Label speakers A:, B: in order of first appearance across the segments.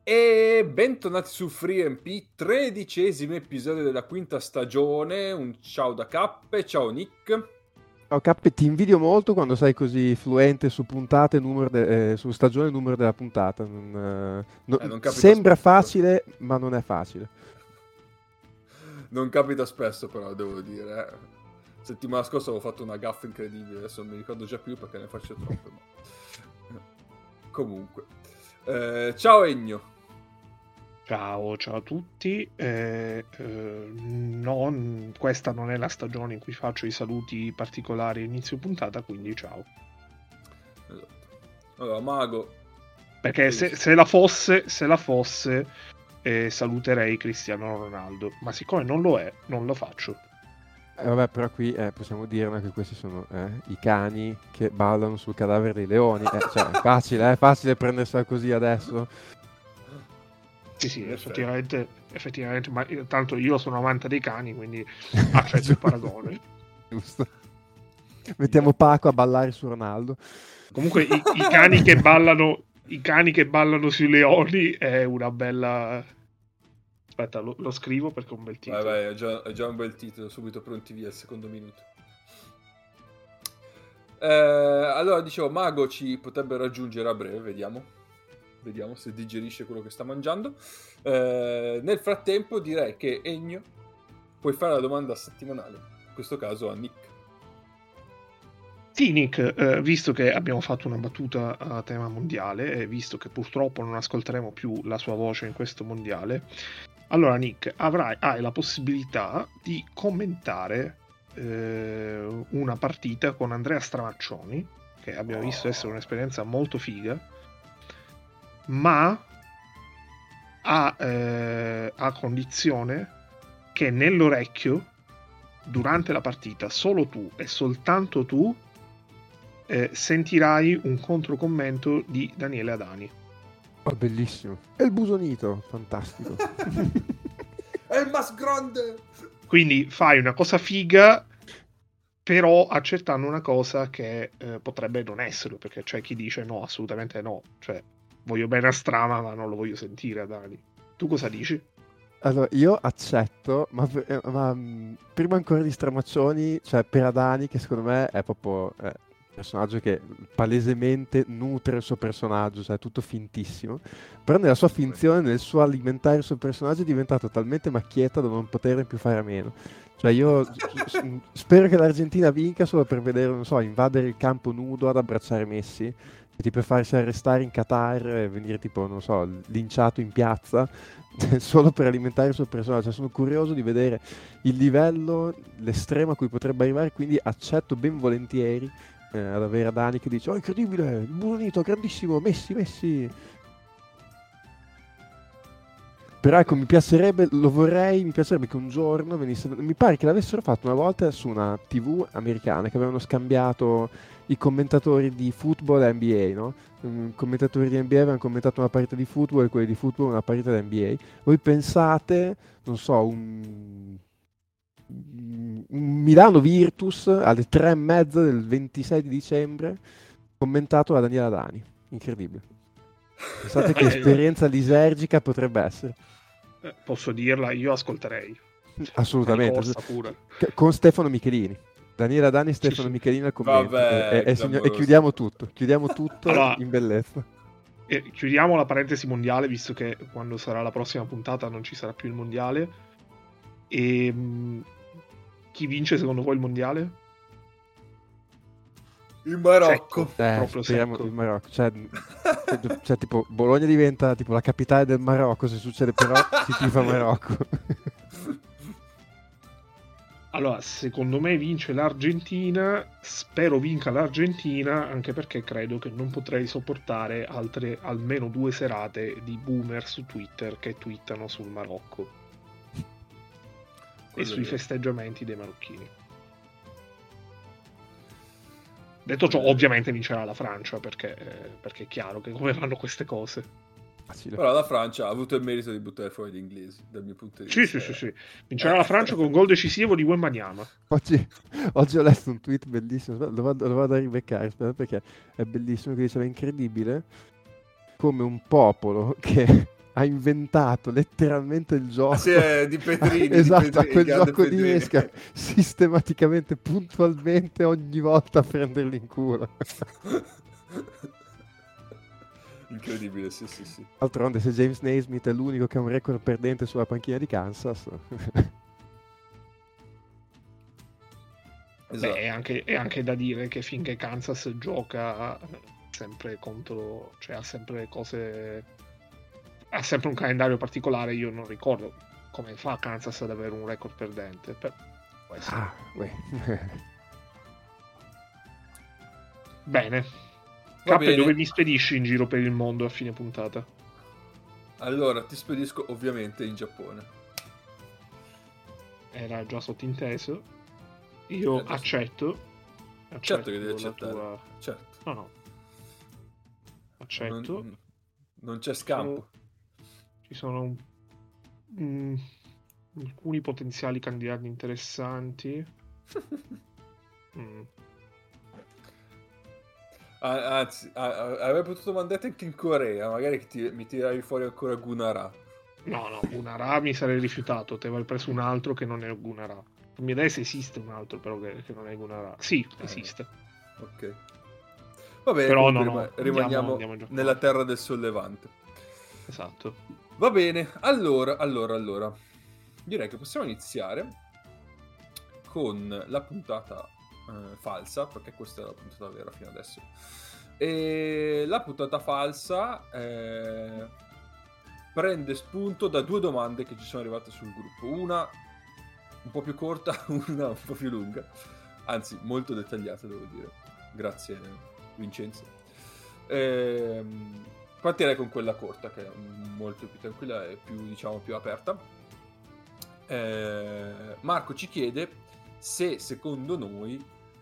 A: E bentornati su FreeMP, 13° episodio della quinta stagione. Un ciao da Cappe, ciao Nick.
B: Ciao Cappe, ti invidio molto quando sei così fluente su puntate, su stagione e numero della puntata.
A: Non capita
B: Sembra
A: spesso.
B: facile, ma non è facile.
A: Non capita spesso, però, devo dire. Settimana scorsa avevo fatto una gaffa incredibile, adesso non mi ricordo già più perché ne faccio troppe. Ma... Comunque. Ciao Ennio.
C: Ciao a tutti. Questa non è la stagione in cui faccio i saluti particolari a inizio puntata, quindi ciao.
A: Esatto. Allora, Mago.
C: Perché se la fosse, saluterei Cristiano Ronaldo, ma siccome non lo è, non lo faccio.
B: Vabbè, però qui possiamo dirne che questi sono i cani che ballano sul cadavere dei leoni. Cioè, è facile prendersela così adesso.
C: Sì, effettivamente, ma tanto io sono amante dei cani, quindi accetto il paragone.
B: Giusto. Mettiamo Paco a ballare su Ronaldo.
C: Comunque i cani che ballano sui leoni è una bella... Aspetta, lo scrivo perché è un bel titolo.
A: Vai, è già un bel titolo, subito pronti via al secondo minuto. Allora, dicevo, Mago ci potrebbe raggiungere a breve, vediamo se digerisce quello che sta mangiando. Nel frattempo direi che Ennio puoi fare la domanda settimanale, in questo caso a Nick.
C: Sì, Nick, visto che abbiamo fatto una battuta a tema mondiale e visto che purtroppo non ascolteremo più la sua voce in questo mondiale, allora Nick, hai la possibilità di commentare una partita con Andrea Stramaccioni, che abbiamo visto essere un'esperienza molto figa, ma a condizione che nell'orecchio, durante la partita, solo tu e soltanto tu sentirai un controcommento di Daniele Adani.
B: Oh, bellissimo. E il Busonito, fantastico.
A: È il mas grande!
C: Quindi fai una cosa figa, però accettando una cosa che potrebbe non esserlo, perché c'è chi dice no, assolutamente no. Cioè, voglio bene a Strama, ma non lo voglio sentire Adani. Tu cosa dici?
B: Allora, io accetto, ma prima ancora di Stramaccioni, cioè per Adani, che secondo me è proprio un personaggio che palesemente nutre il suo personaggio, cioè è tutto fintissimo, però nella sua finzione, nel suo alimentare il suo personaggio è diventato talmente macchietta da non poterne più fare a meno. Cioè io spero che l'Argentina vinca solo per vedere, non so, invadere il campo nudo ad abbracciare Messi, e tipo farsi arrestare in Qatar e venire tipo, non so, linciato in piazza solo per alimentare il suo personaggio. Cioè, sono curioso di vedere il livello, l'estremo a cui potrebbe arrivare, quindi accetto ben volentieri ad avere Dani che dice: oh, incredibile, il Busonito, grandissimo, Messi. Però ecco, mi piacerebbe che un giorno venisse... Mi pare che l'avessero fatto una volta su una TV americana, che avevano scambiato i commentatori di football e NBA, no? I commentatori di NBA avevano commentato una partita di football e quelli di football una partita di NBA. Voi pensate, non so, un Milano Virtus alle 3:30 del 26 di dicembre, commentato da Daniele Adani. Incredibile. Pensate che esperienza lisergica potrebbe essere.
C: Posso dirla, io ascolterei.
B: Assolutamente.
C: Pure.
B: Con Stefano Michelini. Daniele Adani e Stefano Michelini al commento.
A: Vabbè,
B: E chiudiamo tutto.
C: Allora,
B: in bellezza.
C: Chiudiamo la parentesi mondiale, visto che quando sarà la prossima puntata non ci sarà più il mondiale. E chi vince secondo voi il mondiale?
A: Il Marocco.
C: Proprio
B: speriamo
C: secco.
B: il Marocco. Cioè, tipo, Bologna diventa tipo la capitale del Marocco. Se succede però, si tifa Marocco.
C: Allora, secondo me vince l'Argentina, spero vinca l'Argentina, anche perché credo che non potrei sopportare altre almeno 2 serate di boomer su Twitter che twittano sul Marocco e sui festeggiamenti dei marocchini. Detto ciò, ovviamente vincerà la Francia, perché è chiaro che come vanno queste cose.
A: Però la Francia ha avuto il merito di buttare fuori gli inglesi, dal mio punto di vista.
C: Sì. Vincerà la Francia con un gol decisivo di Wembanyama.
B: Oggi ho letto un tweet bellissimo, lo vado a ribeccare, perché è bellissimo, che diceva: incredibile come un popolo che ha inventato letteralmente il gioco.
A: Sì, di Petrini.
B: Esatto,
A: di Petrini,
B: quel
A: grande
B: gioco di
A: Petrini.
B: Nesca sistematicamente, puntualmente, ogni volta a prenderli in culo.
A: Incredibile, sì.
B: D'altronde, se James Naismith è l'unico che ha un record perdente sulla panchina di Kansas.
A: Esatto.
C: Beh, è anche da dire che finché Kansas gioca sempre contro, cioè ha sempre cose, ha sempre un calendario particolare. Io non ricordo come fa Kansas ad avere un record perdente. Può essere. Bene. Cappe, dove mi spedisci in giro per il mondo a fine puntata?
A: Allora, ti spedisco ovviamente in Giappone.
C: Era già sottinteso. Io accetto.
A: Certo che devi accettare. Certo.
C: No. Accetto.
A: Non c'è scampo.
C: Ci sono alcuni potenziali candidati interessanti.
A: Anzi, avrei potuto mandare anche in Corea. Magari mi tiravi fuori ancora Gunara.
C: No, Gunara mi sarei rifiutato. Te avrei preso un altro che non è Gunara. Non mi dai se esiste un altro però che non è Gunara. Sì, esiste.
A: Ok. Va bene,
C: però
A: rimaniamo
C: andiamo
A: nella terra del sollevante.
C: Esatto.
A: Va bene, allora. Direi che possiamo iniziare con la puntata falsa, perché questa è la puntata vera fino adesso. E la puntata falsa prende spunto da due domande che ci sono arrivate sul gruppo. Una un po' più corta, una un po' più lunga. Anzi, molto dettagliata, devo dire. Grazie, Vincenzo. Partirei con quella corta, che è molto più tranquilla e più, diciamo, più aperta. Marco ci chiede se, secondo noi,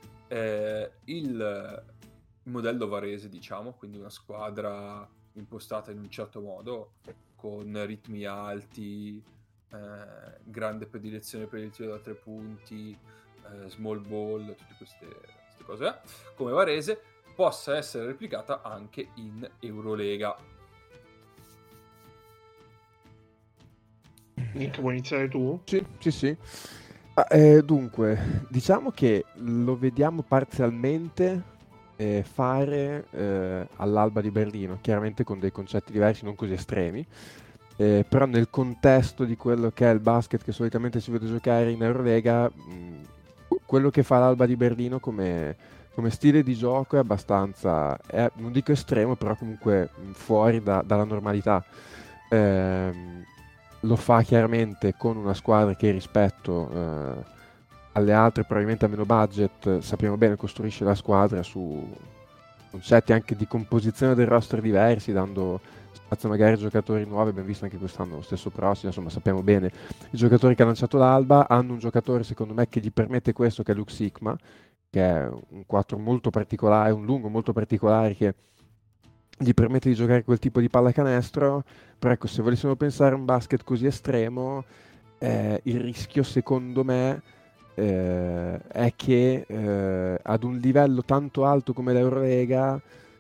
A: il modello Varese, diciamo, quindi una squadra impostata in un certo modo, con ritmi alti, grande predilezione per il tiro da 3 punti, small ball, tutte queste cose, come Varese, possa essere replicata anche in Eurolega.
C: Nick, vuoi iniziare tu?
B: Sì. Dunque, diciamo che lo vediamo parzialmente fare all'Alba di Berlino, chiaramente con dei concetti diversi, non così estremi, però nel contesto di quello che è il basket che solitamente si vede giocare in Eurolega, quello che fa l'Alba di Berlino come stile di gioco è abbastanza, non dico estremo, però comunque fuori dalla normalità. Lo fa chiaramente con una squadra che rispetto alle altre, probabilmente a meno budget, sappiamo bene, costruisce la squadra su concetti anche di composizione del roster diversi, dando spazio magari a giocatori nuovi. Abbiamo visto anche quest'anno lo stesso prossimo, insomma sappiamo bene i giocatori che ha lanciato l'Alba. Hanno un giocatore secondo me che gli permette questo, che è Luke Sigma, che è un 4 molto particolare, un lungo molto particolare, che gli permette di giocare quel tipo di pallacanestro. Però ecco, se volessimo pensare a un basket così estremo, il rischio secondo me è che ad un livello tanto alto come l'Eurolega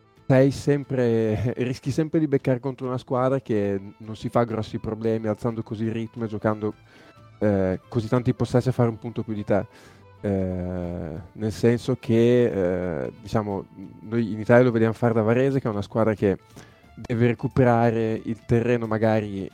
B: rischi sempre di beccare contro una squadra che non si fa grossi problemi alzando così il ritmo e giocando così tanti possessi a fare un punto più di te. Nel senso che diciamo, noi in Italia lo vediamo fare da Varese, che è una squadra che deve recuperare il terreno magari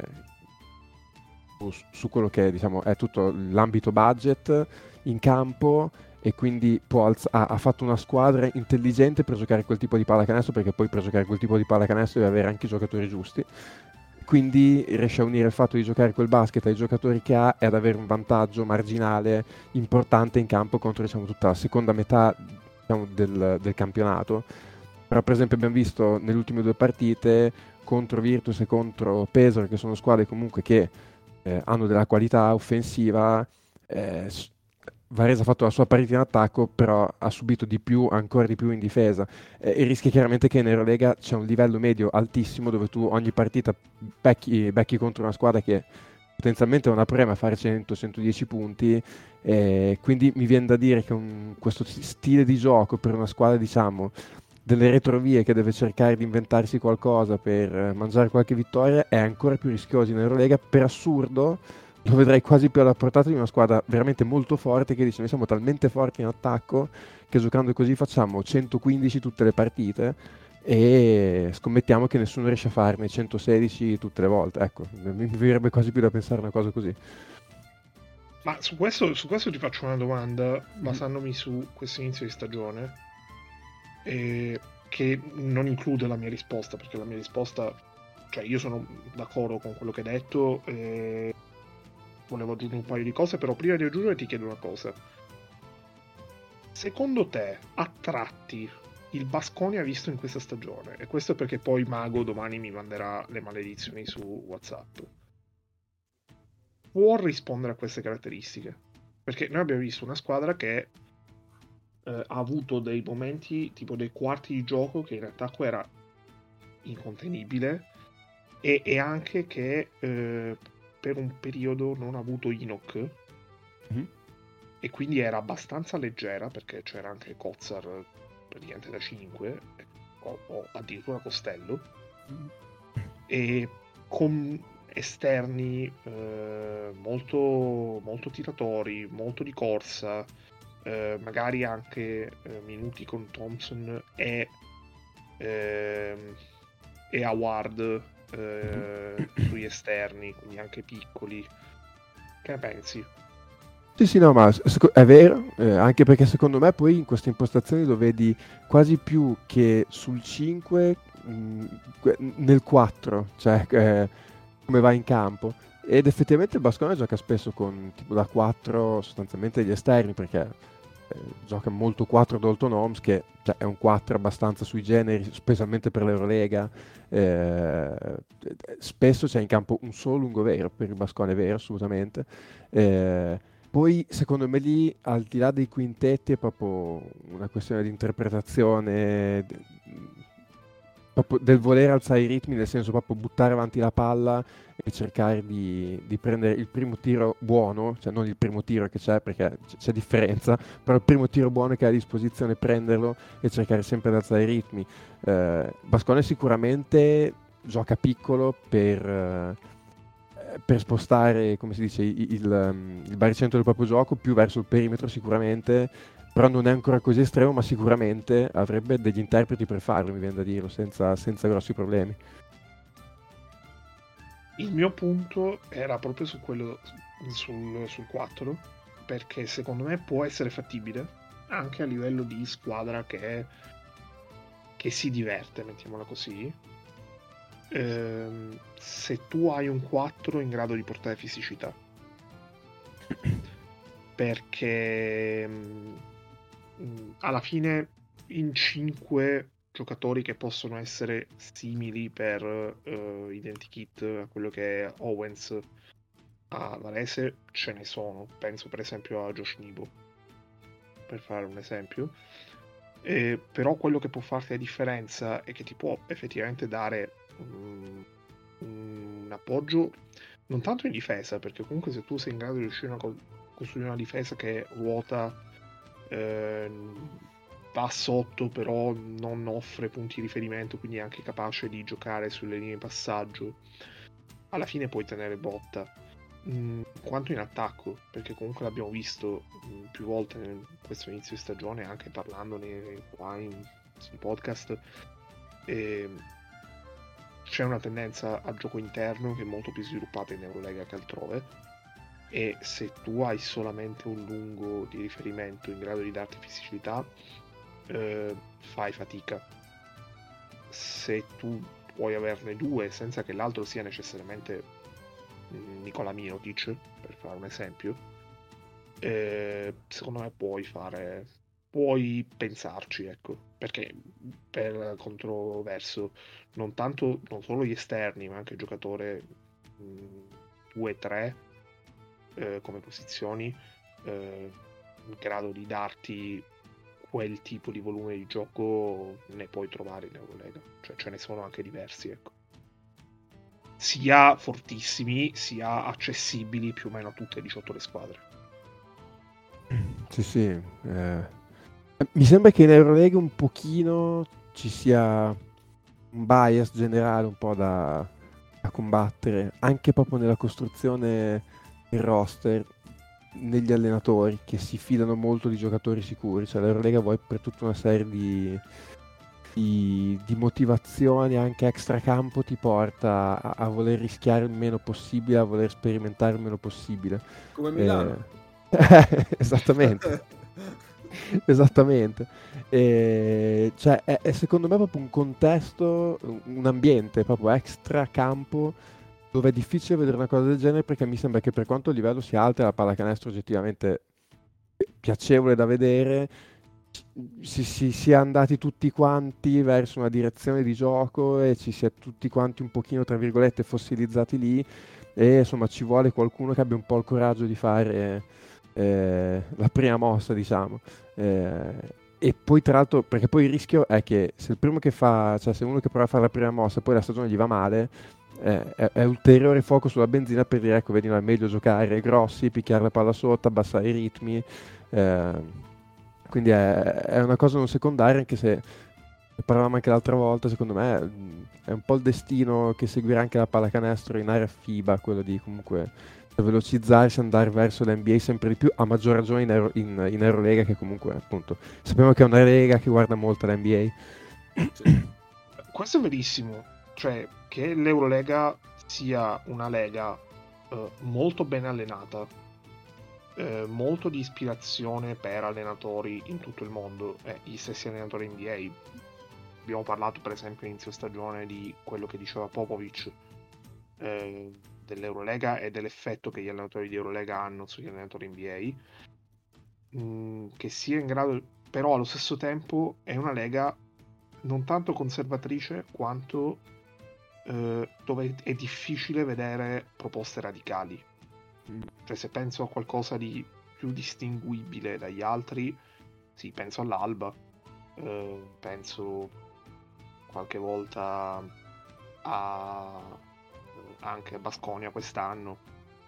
B: su quello che diciamo è tutto l'ambito budget in campo, e quindi ha fatto una squadra intelligente per giocare quel tipo di pallacanestro, perché poi per giocare quel tipo di pallacanestro deve avere anche i giocatori giusti. Quindi riesce a unire il fatto di giocare quel basket ai giocatori che ha e ad avere un vantaggio marginale importante in campo contro, diciamo, tutta la seconda metà, diciamo, del campionato. Però per esempio abbiamo visto nelle ultime 2 partite contro Virtus e contro Pesaro, che sono squadre comunque che hanno della qualità offensiva. Varese ha fatto la sua partita in attacco, però ha subito di più, ancora di più in difesa, e rischia chiaramente che in Eurolega c'è un livello medio altissimo, dove tu ogni partita becchi contro una squadra che potenzialmente non ha problema a fare 100-110 punti, quindi mi viene da dire che questo stile di gioco per una squadra, diciamo, delle retrovie che deve cercare di inventarsi qualcosa per mangiare qualche vittoria, è ancora più rischioso in Eurolega. Per assurdo lo vedrei quasi più alla portata di una squadra veramente molto forte che dice: noi siamo talmente forti in attacco che giocando così facciamo 115 tutte le partite e scommettiamo che nessuno riesce a farne 116 tutte le volte. Ecco, mi verrebbe quasi più da pensare una cosa così.
C: Ma su questo ti faccio una domanda, basandomi su questo inizio di stagione, che non include la mia risposta, perché la mia risposta, cioè io sono d'accordo con quello che hai detto, volevo aggiungere un paio di cose, però prima di aggiungere ti chiedo una cosa. Secondo te, a tratti, il Baskonia visto in questa stagione, e questo è perché poi Mago domani mi manderà le maledizioni su WhatsApp, può rispondere a queste caratteristiche? Perché noi abbiamo visto una squadra che ha avuto dei momenti, tipo dei quarti di gioco, che in attacco era incontenibile, e anche che per un periodo non ha avuto Enoch, e quindi era abbastanza leggera, perché c'era anche Kotsar praticamente da 5, o addirittura Costello, e con esterni molto, molto tiratori, molto di corsa, magari anche minuti con Thompson e Howard sugli esterni, quindi anche piccoli. Che ne pensi?
B: Sì, no, ma è vero, anche perché secondo me poi in queste impostazioni lo vedi quasi più che sul 5, nel 4, cioè come va in campo. Ed effettivamente il Baskonia gioca spesso con tipo da 4 sostanzialmente gli esterni, perché gioca molto 4 Dalton Holmes, che cioè, è un 4 abbastanza sui generi, specialmente per l'Eurolega. Spesso c'è in campo un solo lungo vero per il Baskonia, è vero, assolutamente. Poi secondo me lì, al di là dei quintetti, è proprio una questione di interpretazione, proprio del volere alzare i ritmi, nel senso proprio buttare avanti la palla e cercare di prendere il primo tiro buono, cioè non il primo tiro che c'è, perché c'è differenza, però il primo tiro buono che hai a disposizione, prenderlo e cercare sempre di alzare i ritmi. Baskonia sicuramente gioca piccolo per spostare, come si dice, il baricentro del proprio gioco più verso il perimetro sicuramente, però non è ancora così estremo, ma sicuramente avrebbe degli interpreti per farlo, mi viene da dirlo, senza grossi problemi.
C: Il mio punto era proprio su quello sul 4, perché secondo me può essere fattibile anche a livello di squadra che si diverte, mettiamola così. Se tu hai un 4 in grado di portare fisicità, perché alla fine in 5 giocatori che possono essere simili per identikit a quello che è Owens, a Varese, ce ne sono. Penso per esempio a Josh Nibo, per fare un esempio. Però quello che può farti la differenza e che ti può effettivamente dare un appoggio non tanto in difesa, perché comunque se tu sei in grado di riuscire a costruire una difesa che ruota, va sotto però non offre punti di riferimento, quindi è anche capace di giocare sulle linee di passaggio, alla fine puoi tenere botta. Quanto in attacco, perché comunque l'abbiamo visto più volte in questo inizio di stagione, anche parlandone qua sul podcast, c'è una tendenza al gioco interno che è molto più sviluppata in Eurolega che altrove, e se tu hai solamente un lungo di riferimento in grado di darti fisicità, fai fatica. Se tu puoi averne due senza che l'altro sia necessariamente Nikola Mirotic, per fare un esempio, secondo me puoi pensarci, ecco, perché per controverso non solo gli esterni, ma anche il giocatore 2-3 come posizioni in grado di darti quel tipo di volume di gioco ne puoi trovare in Eurolega, cioè ce ne sono anche diversi, ecco, sia fortissimi sia accessibili più o meno a tutte e 18 le squadre.
B: Sì, mi sembra che in Eurolega un pochino ci sia un bias generale un po' da combattere, anche proprio nella costruzione del roster, negli allenatori che si fidano molto di giocatori sicuri. Cioè l'Eurolega vuoi per tutta una serie di motivazioni anche extracampo ti porta a voler rischiare il meno possibile, a voler sperimentare il meno possibile.
A: Come Milano.
B: Esattamente. Esattamente. Cioè è secondo me proprio un contesto, un ambiente proprio extra campo dove è difficile vedere una cosa del genere, perché mi sembra che per quanto il livello sia alto e la pallacanestro oggettivamente piacevole da vedere, si sia andati tutti quanti verso una direzione di gioco e ci si è tutti quanti un pochino tra virgolette fossilizzati lì, e insomma ci vuole qualcuno che abbia un po' il coraggio di fare la prima mossa, diciamo. E poi tra l'altro, perché poi il rischio è che se il primo che fa, cioè se uno che prova a fare la prima mossa e poi la stagione gli va male, è ulteriore fuoco sulla benzina per dire ecco vedi, no, è meglio giocare grossi, picchiare la palla sotto, abbassare i ritmi, quindi è una cosa non secondaria, anche se parlavamo anche l'altra volta, secondo me è un po' il destino che seguirà anche la pallacanestro in area FIBA, quello di comunque velocizzarsi, andare verso l'NBA sempre di più, a maggior ragione in Eurolega, che comunque appunto sappiamo che è una lega che guarda molto l'NBA.
C: Questo è verissimo, cioè che l'Eurolega sia una lega molto ben allenata, molto di ispirazione per allenatori in tutto il mondo, gli stessi allenatori NBA. Abbiamo parlato per esempio inizio stagione di quello che diceva Popovic dell'Eurolega e dell'effetto che gli allenatori di Eurolega hanno sugli allenatori NBA, che sia in grado, però allo stesso tempo è una lega non tanto conservatrice quanto dove è difficile vedere proposte radicali. Cioè se penso a qualcosa di più distinguibile dagli altri, sì, penso all'Alba, penso qualche volta anche a Baskonia quest'anno.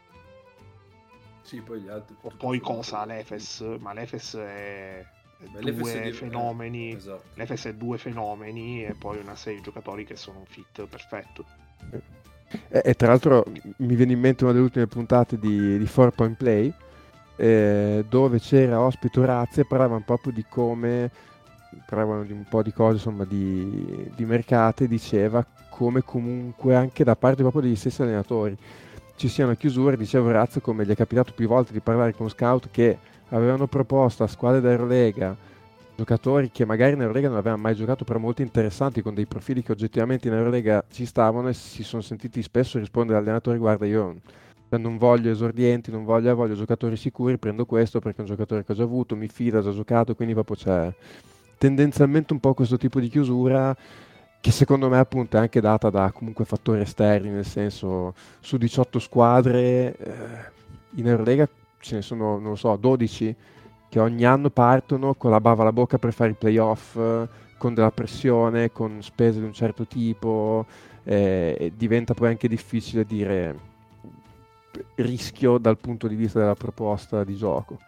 A: Sì, poi gli altri.
C: Poi cosa? L'Efes, ma l'Efes è due fenomeni.
A: Esatto.
C: L'Efes è due fenomeni e poi una serie di giocatori che sono un fit perfetto.
B: E tra l'altro mi viene in mente una delle ultime puntate di 4 Point Play, dove c'era ospite Orazio e parlavano proprio di come, parlavano di un po' di cose insomma di mercato, e diceva come comunque anche da parte proprio degli stessi allenatori ci siano chiusure. Diceva Orazio come gli è capitato più volte di parlare con scout che avevano proposto a squadre d'Eurolega giocatori che magari in Eurolega non avevano mai giocato, però molto interessanti, con dei profili che oggettivamente in Eurolega ci stavano, e si sono sentiti spesso rispondere all'allenatore: guarda, io non voglio esordienti, voglio giocatori sicuri, prendo questo perché è un giocatore che ho già avuto, mi fida, ha già giocato, quindi proprio c'è tendenzialmente un po' questo tipo di chiusura, che secondo me appunto è anche data da comunque fattori esterni, nel senso su 18 squadre in Eurolega ce ne sono, non lo so, 12 che ogni anno partono con la bava alla bocca per fare i playoff, con della pressione, con spese di un certo tipo, e diventa poi anche difficile dire rischio dal punto di vista della proposta di gioco.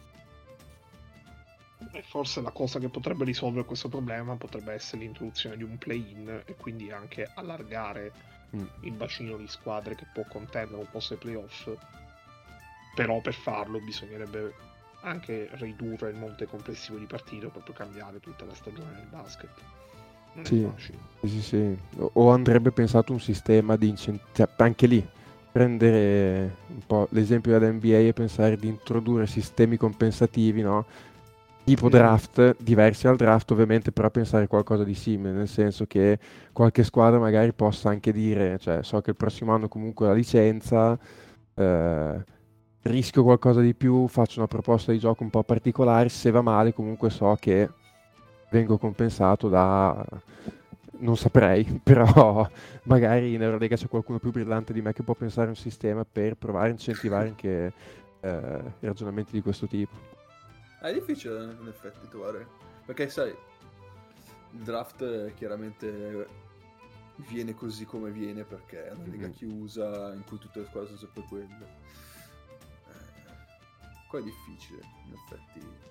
C: E forse la cosa che potrebbe risolvere questo problema potrebbe essere l'introduzione di un play-in e quindi anche allargare il bacino di squadre che può contendere un posto ai playoff. Però per farlo bisognerebbe anche ridurre il monte complessivo di partite, proprio cambiare tutta la stagione del basket. Non è facile.
B: Sì. O andrebbe pensato un sistema di incentivi, anche lì prendere un po' l'esempio dell'NBA e pensare di introdurre sistemi compensativi, no? Tipo draft, diversi dal draft ovviamente, però pensare qualcosa di simile, nel senso che qualche squadra magari possa anche dire, cioè so che il prossimo anno comunque la licenza, rischio qualcosa di più, faccio una proposta di gioco un po' particolare, se va male comunque so che vengo compensato da... non saprei, però magari in Eurolega c'è qualcuno più brillante di me che può pensare a un sistema per provare a incentivare anche ragionamenti di questo tipo.
A: È difficile in effetti trovare, perché sai, il draft chiaramente viene così come viene perché è una lega chiusa in cui tutte le squadre sono sempre quelle. Qua è difficile in effetti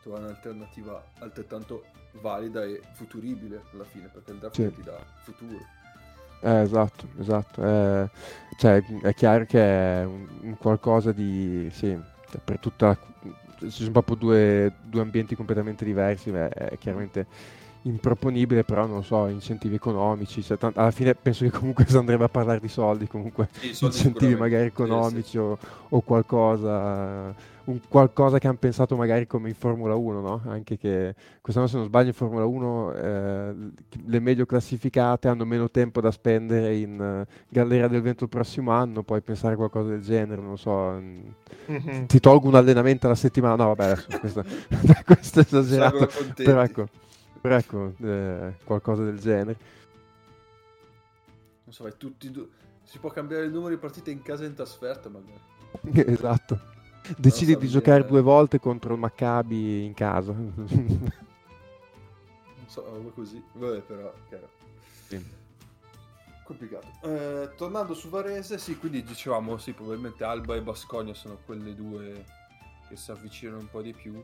A: trovare un'alternativa altrettanto valida e futuribile alla fine, perché il draft
B: Sì.
A: ti dà futuro.
B: Esatto. Cioè, è chiaro che è un qualcosa di... Sì, cioè, per tutta ci sono proprio due ambienti completamente diversi, è chiaramente improponibile, però non lo so, incentivi economici, cioè, alla fine penso che comunque si andrebbe a parlare di soldi, comunque
A: Sì, soldi
B: incentivi
A: sicuramente.
B: magari
A: Sì,
B: economici
A: sì.
B: o qualcosa, qualcosa che hanno pensato magari come in Formula 1, no? Anche che quest'anno, se non sbaglio, in Formula 1 le meglio classificate hanno meno tempo da spendere in Galleria del Vento il prossimo anno, puoi pensare a qualcosa del genere, non lo so,
C: Mhm.
B: ti tolgo un allenamento alla settimana, no vabbè adesso questo è esagerato,
A: Salgono
B: però
A: contenti.
B: ecco, qualcosa del genere.
A: Non so, vai tutti si può cambiare il numero di partite in casa e in trasferta magari.
B: Esatto. Decidi
A: so,
B: di
A: mi
B: giocare
A: viene-
B: 2 volte contro il Maccabi in casa.
A: Non so, roba così. Vabbè, però, chiaro.
B: Sì.
A: Complicato. Tornando su Varese, sì, quindi dicevamo, sì, probabilmente Alba e Baskonia sono quelle due che si avvicinano un po' di più.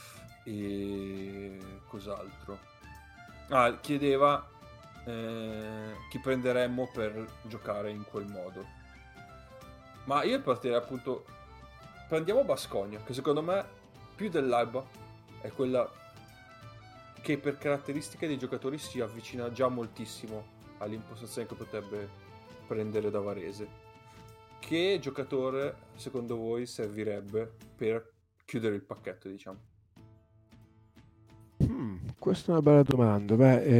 A: E cos'altro? Chiedeva chi prenderemmo per giocare in quel modo. Ma io partirei appunto, prendiamo Baskonia, che secondo me più dell'Alba è quella che per caratteristiche dei giocatori si avvicina già moltissimo all'impostazione che potrebbe prendere da Varese. Che giocatore secondo voi servirebbe per chiudere il pacchetto, diciamo?
B: Questa è una bella domanda.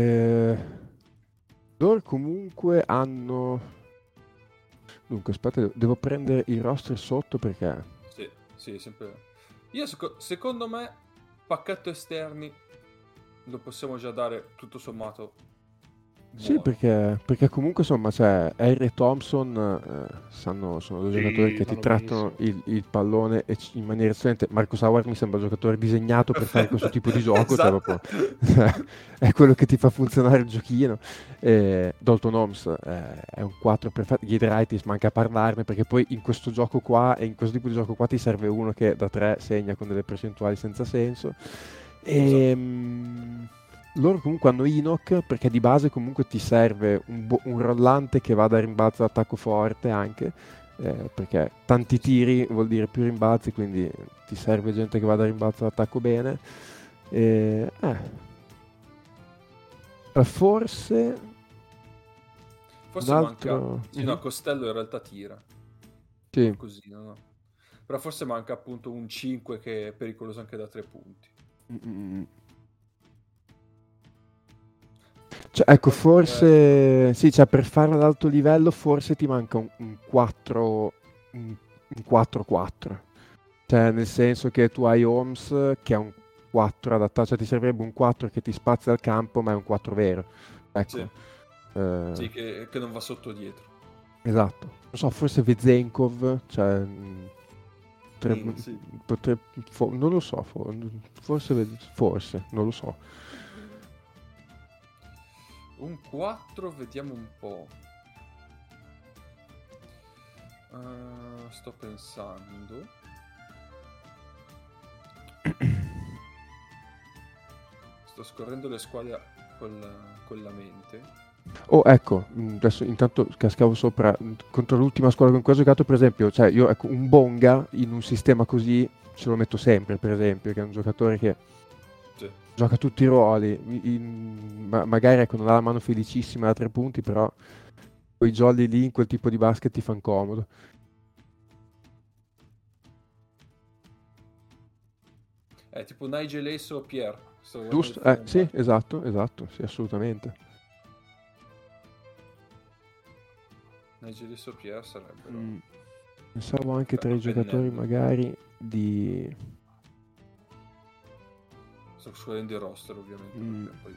B: Loro comunque hanno... Dunque, aspetta, devo prendere i roster sotto perché...
A: Sì, sempre. Io secondo me pacchetto esterni lo possiamo già dare tutto sommato
B: Sì,
A: buono.
B: perché comunque insomma, cioè, Harry e Thompson sono due
C: Sì,
B: giocatori che ti
C: vanno
B: trattano
C: benissimo.
B: il pallone in maniera eccellente. Marcus Howard mi sembra un giocatore disegnato per fare questo tipo di gioco, cioè
A: Esatto.
B: proprio è quello che ti fa funzionare il giochino. Dalton Holmes è un 4 perfetto. Giedraitis manca a parlarne, perché poi in questo gioco qua e in questo tipo di gioco qua ti serve uno che da 3 segna con delle percentuali senza senso.
A: Esatto.
B: Loro comunque hanno Enoch, perché di base comunque ti serve un rollante che vada a rimbalzo d'attacco forte anche, perché tanti tiri vuol dire più rimbalzi, quindi ti serve gente che vada a rimbalzo d'attacco bene. E, forse un
A: Forse manca.
B: altro...
A: Sì, no, Costello in realtà tira.
B: Sì.
A: Così, no? Però forse manca appunto un 5 che è pericoloso anche da 3 punti.
B: Mm. Cioè, ecco, forse sì, cioè, per farlo ad alto livello forse ti manca un 4, un 4-4. Cioè, nel senso che tu hai Holmes che è un 4 adattato, cioè ti servirebbe un 4 che ti spazia al campo, ma è un 4 vero. Ecco.
A: Sì, che non va sotto dietro.
B: Esatto. Non so, forse Vezenkov, cioè
A: Sì.
B: non lo so, forse, non lo so.
A: Un 4, vediamo un po'. Sto pensando. Sto scorrendo le squadre con la mente.
B: Oh, ecco, adesso intanto cascavo sopra contro l'ultima squadra con cui ho giocato, per esempio, cioè io ecco, un Bonga in un sistema così ce lo metto sempre, per esempio, che è un giocatore che
A: Sì.
B: gioca tutti i ruoli, magari ecco, non ha la mano felicissima da 3 punti, però quei jolly lì in quel tipo di basket ti fanno comodo.
A: Tipo Nigel Ace o Pierre. Sto guardando
B: Giusto?
A: il film
B: Sì,
A: back.
B: esatto, sì, assolutamente.
A: Nigel Ace o Pierre sarebbero.
B: Pensavo anche tra i giocatori
A: pennello.
B: magari di...
A: Sto scorrendo il roster ovviamente. Perché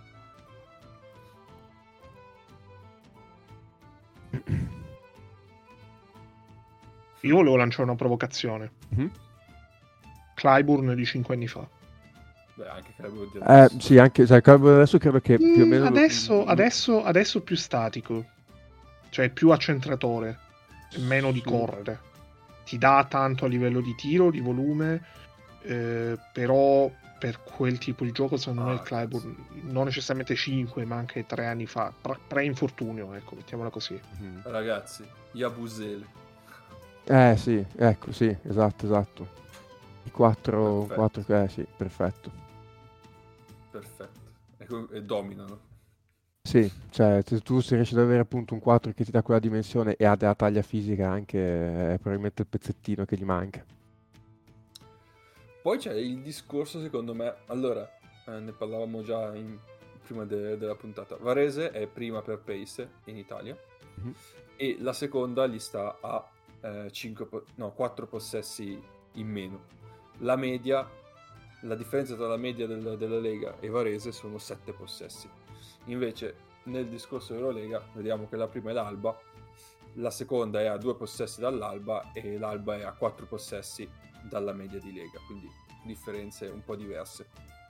A: poi...
C: Io volevo lanciare una provocazione. Clyburn di 5 anni fa.
A: Beh, anche Clyburn di adesso.
B: Sì, anche, cioè, adesso credo che più o meno...
C: Adesso più statico. Cioè più accentratore. Meno di
B: Sì.
C: correre. Ti dà tanto a livello di tiro, di volume, però per quel tipo di gioco secondo me il
A: cazzo.
C: Clyburn, non necessariamente 5 ma anche 3 anni fa, pre-infortunio, ecco, mettiamola così.
A: Ragazzi, Yabusele.
B: Sì, ecco, sì, esatto. I 4,
A: Perfetto.
B: sì, perfetto.
A: E dominano.
B: Sì, cioè se tu se riesci ad avere appunto un 4 che ti dà quella dimensione e ha della taglia fisica anche, è probabilmente il pezzettino che gli manca.
A: Poi c'è il discorso, secondo me, allora, ne parlavamo già prima della puntata. Varese è prima per pace in Italia
B: Mhm.
A: e la seconda gli sta a 4 possessi in meno. La differenza tra la media della Lega e Varese sono 7 possessi. Invece nel discorso Eurolega vediamo che la prima è l'Alba, la seconda è a 2 possessi dall'Alba e l'Alba è a 4 possessi dalla media di Lega, quindi differenze un po' diverse.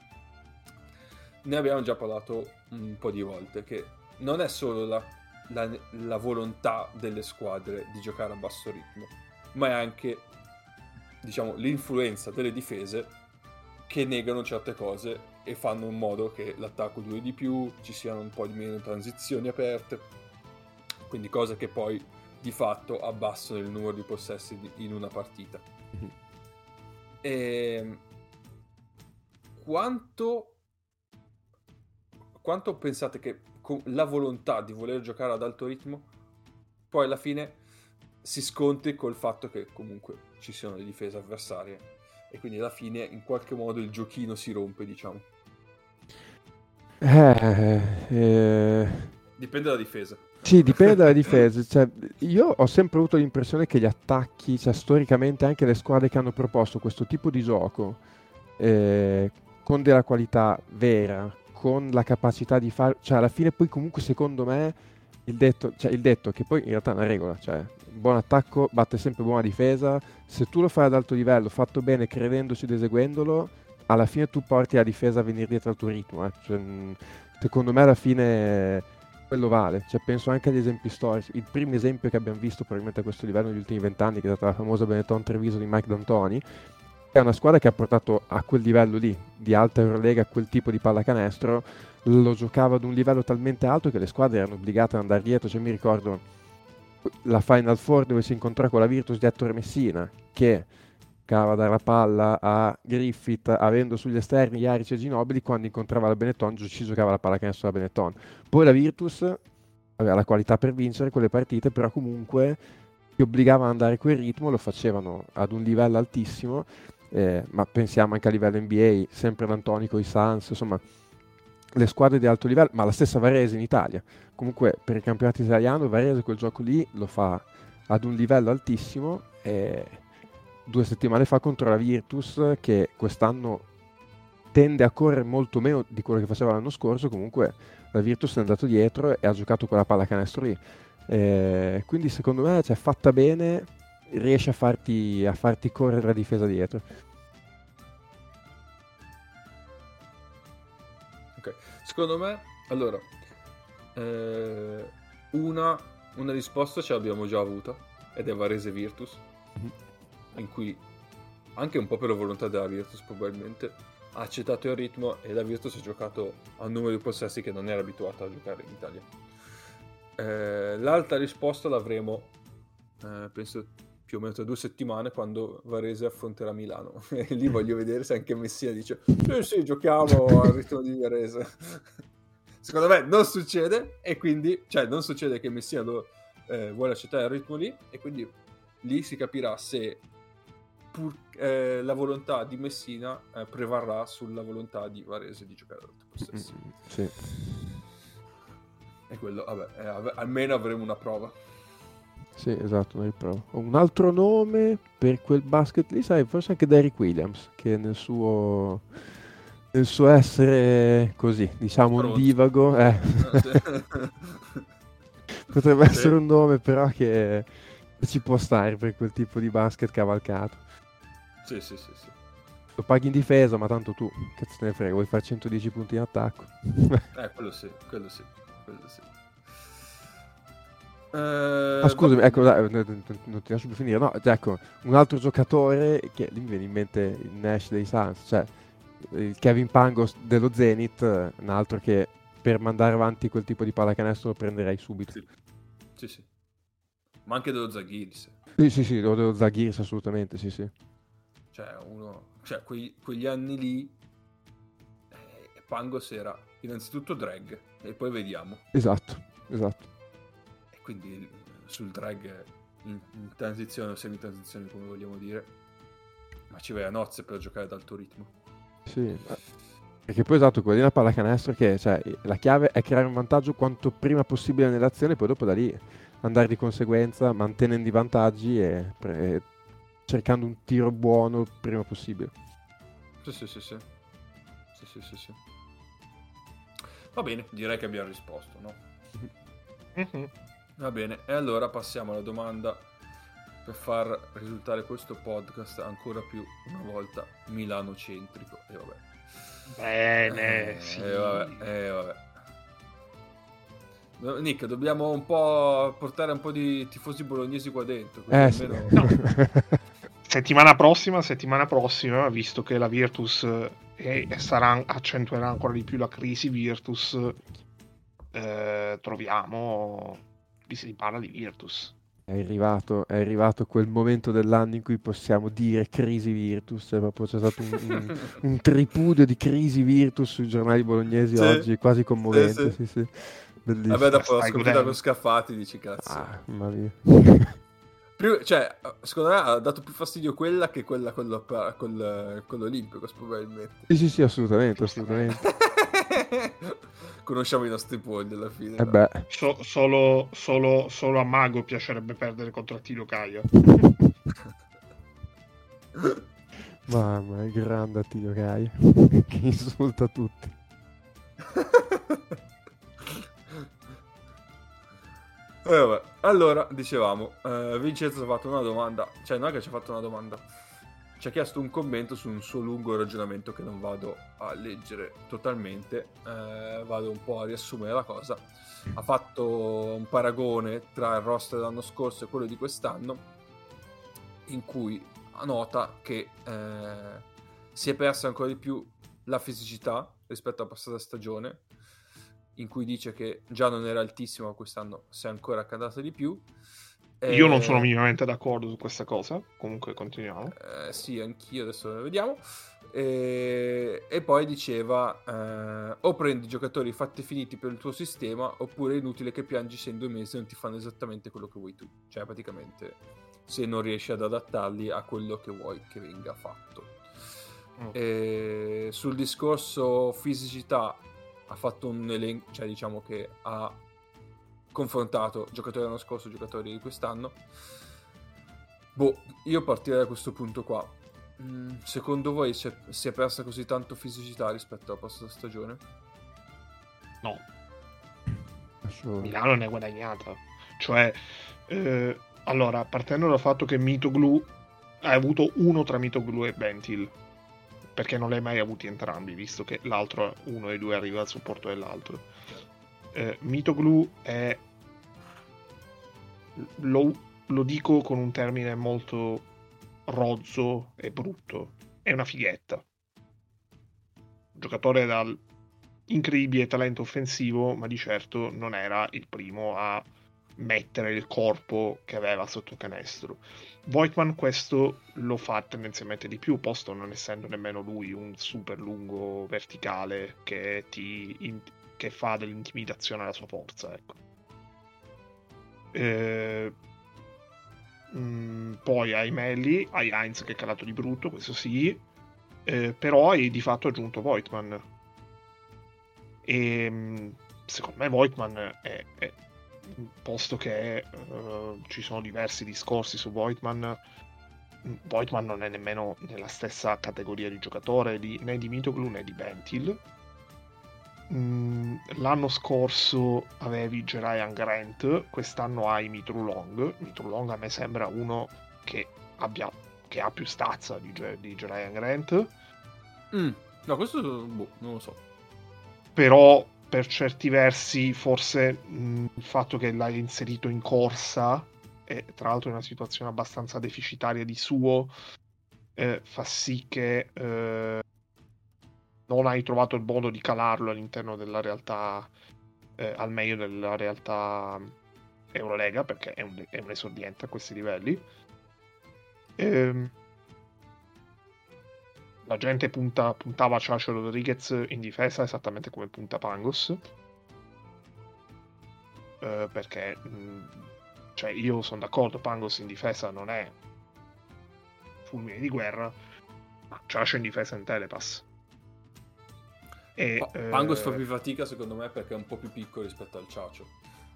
A: Ne abbiamo già parlato un po' di volte, che non è solo la volontà delle squadre di giocare a basso ritmo, ma è anche, diciamo, l'influenza delle difese che negano certe cose e fanno in modo che l'attacco duri di più, ci siano un po' di meno transizioni aperte, quindi cose che poi di fatto abbassano il numero di possessi in una partita.
B: Mhm.
A: E quanto pensate che con la volontà di voler giocare ad alto ritmo poi alla fine si scontri col fatto che comunque ci siano le difese avversarie e quindi alla fine in qualche modo il giochino si rompe, diciamo.
B: Eh,
A: Dipende dalla difesa.
B: Sì, dipende dalla difesa. Cioè, io ho sempre avuto l'impressione che gli attacchi, cioè storicamente anche le squadre che hanno proposto questo tipo di gioco, con della qualità vera, con la capacità di fare, cioè alla fine poi comunque secondo me il detto che poi in realtà è una regola, cioè un buon attacco batte sempre buona difesa, se tu lo fai ad alto livello, fatto bene, credendoci ed eseguendolo, alla fine tu porti la difesa a venire dietro al tuo ritmo. Cioè, secondo me alla fine quello vale, cioè, penso anche agli esempi storici. Il primo esempio che abbiamo visto probabilmente a questo livello negli ultimi 20 anni, che è stata la famosa Benetton Treviso di Mike D'Antoni, è una squadra che ha portato a quel livello lì, di alta Eurolega, quel tipo di pallacanestro, lo giocava ad un livello talmente alto che le squadre erano obbligate ad andare dietro. Cioè, mi ricordo la Final Four dove si incontrò con la Virtus di Ettore Messina, che cava dalla palla a Griffith avendo sugli esterni Jaric e Ginobili, quando incontrava la Benetton ci giocava la pallacanestro della Benetton. Poi la Virtus aveva la qualità per vincere quelle partite, però comunque ti obbligava ad andare quel ritmo, lo facevano ad un livello altissimo, ma pensiamo anche a livello NBA, sempre l'Antonico, i Suns, insomma le squadre di alto livello, ma la stessa Varese in Italia. Comunque per il campionato italiano Varese quel gioco lì lo fa ad un livello altissimo. 2 settimane fa contro la Virtus, che quest'anno tende a correre molto meno di quello che faceva l'anno scorso, comunque la Virtus è andato dietro e ha giocato quella pallacanestro lì. Quindi secondo me, cioè, fatta bene, riesce a farti correre la difesa dietro.
A: Ok, secondo me, allora, una risposta ce l'abbiamo già avuta ed è Varese Virtus, in cui anche un po' per la volontà della Virtus probabilmente ha accettato il ritmo e la Virtus ha giocato a un numero di possessi che non era abituata a giocare in Italia. L'altra risposta l'avremo penso più o meno tra 2 settimane, quando Varese affronterà Milano e lì voglio vedere se anche Messina dice sì, giochiamo al ritmo di Varese. Secondo me non succede, e quindi cioè non succede che Messina vuole accettare il ritmo lì, e quindi lì si capirà se la volontà di Messina prevarrà sulla volontà di Varese di giocare ad alto possesso.
B: Sì.
A: E quello, vabbè, almeno avremo una prova.
B: Sì, esatto, una riprova. Ho un altro nome per quel basket lì, sai, forse anche Derrick Williams, che nel suo essere così, diciamo,
A: Stronzo.
B: ondivago, potrebbe essere un nome però che ci può stare per quel tipo di basket cavalcato.
A: Sì.
B: Lo paghi in difesa, ma tanto tu, che te ne frega, vuoi fare 110 punti in attacco.
A: Quello sì.
B: Scusami, ecco, dai, non ti lascio più finire. No, ecco, un altro giocatore che mi viene in mente il Nash dei Suns, cioè il Kevin Pangos dello Zenith, un altro che per mandare avanti quel tipo di pallacanestro lo prenderei subito.
A: Sì. Ma anche dello Zaghiris.
B: Sì, dello Zaghiris assolutamente, sì.
A: Cioè, quegli anni lì Pangos era innanzitutto drag e poi vediamo.
B: Esatto.
A: E quindi sul drag in transizione o semi-transizione, come vogliamo dire, ma ci vai a nozze per giocare ad alto ritmo.
B: Sì, perché poi esatto, quella di una pallacanestro che, cioè, la chiave è creare un vantaggio quanto prima possibile nell'azione, poi dopo da lì andare di conseguenza, mantenendo i vantaggi e cercando un tiro buono il prima possibile.
A: Sì. Va bene, direi che abbiamo risposto, no?
C: Mm-hmm.
A: Va bene, e allora passiamo alla domanda per far risultare questo podcast ancora più una volta milanocentrico. E vabbè.
C: Bene, sì.
A: Vabbè. Nick, dobbiamo un po' portare un po' di tifosi bolognesi qua dentro. Così almeno...
C: No. Settimana prossima, visto che la Virtus accentuerà ancora di più la crisi Virtus, si parla di Virtus.
B: È arrivato quel momento dell'anno in cui possiamo dire crisi Virtus, proprio c'è stato un tripudio di crisi Virtus sui giornali bolognesi oggi, quasi commovente, sì. Bellissimo.
A: Vabbè, dopo la sconfitta con Scaffati dici cazzo.
B: Mamma mia.
A: Cioè, secondo me ha dato più fastidio quella che quella con l'Olimpico, probabilmente.
B: Sì, assolutamente.
A: Conosciamo i nostri polli alla fine.
C: Solo a Mago piacerebbe perdere contro Attilio Caia.
B: Mamma, è grande Attilio Caia che insulta tutti.
A: Vabbè. Allora, dicevamo, Vincenzo ha fatto una domanda, cioè non è che ci ha fatto una domanda, ci ha chiesto un commento su un suo lungo ragionamento che non vado a leggere totalmente, vado un po' a riassumere la cosa. Ha fatto un paragone tra il roster dell'anno scorso e quello di quest'anno, in cui nota che si è persa ancora di più la fisicità rispetto alla passata stagione, in cui dice che già non era altissimo, ma quest'anno si è ancora accadato di più.
C: Io non sono minimamente d'accordo su questa cosa, comunque continuiamo.
A: Sì, anch'io, adesso lo vediamo. E poi diceva o prendi giocatori fatti finiti per il tuo sistema, oppure è inutile che piangi se in 2 mesi non ti fanno esattamente quello che vuoi tu, cioè praticamente se non riesci ad adattarli a quello che vuoi che venga fatto. Sul discorso fisicità ha fatto un elenco, cioè diciamo che ha confrontato giocatori dell'anno scorso e giocatori di quest'anno. Io partirei da questo punto qua. Secondo voi si è persa così tanto fisicità rispetto alla passata stagione?
C: No. Milano ne è guadagnata. Cioè, allora, partendo dal fatto che Mitoglou ha avuto uno tra Mitoglou e Bentil, perché non li hai mai avuti entrambi, visto che l'altro, uno dei due, arriva al supporto dell'altro. Mitoglou è, lo dico con un termine molto rozzo e brutto, è una fighetta. Un giocatore dal incredibile talento offensivo, ma di certo non era il primo a mettere il corpo che aveva sotto canestro. Voigtman questo lo fa tendenzialmente di più, posto non essendo nemmeno lui un super lungo verticale che fa dell'intimidazione alla sua forza, ecco. Poi hai Melli, hai Heinz che è calato di brutto, questo sì, però hai di fatto aggiunto Voigtman. E secondo me Voigtman è posto che ci sono diversi discorsi su Voigtman non è nemmeno nella stessa categoria di giocatore né di Mitoglou né di Bentil. L'anno scorso avevi Jerian Grant, quest'anno hai Mitru Long a me sembra uno che ha più stazza di Jerian Grant.
A: No, questo non lo so.
C: Però per certi versi forse il fatto che l'hai inserito in corsa, e tra l'altro in una situazione abbastanza deficitaria di suo, fa sì che non hai trovato il modo di calarlo all'interno della realtà, al meglio della realtà Eurolega, perché è un esordiente a questi livelli. La gente puntava Chacho Rodriguez in difesa esattamente come punta Pangos, perché cioè io sono d'accordo, Pangos in difesa non è fulmine di guerra, ma Chacho in difesa è un telepass. E
A: Pangos fa più fatica secondo me perché è un po' più piccolo rispetto al Chacho,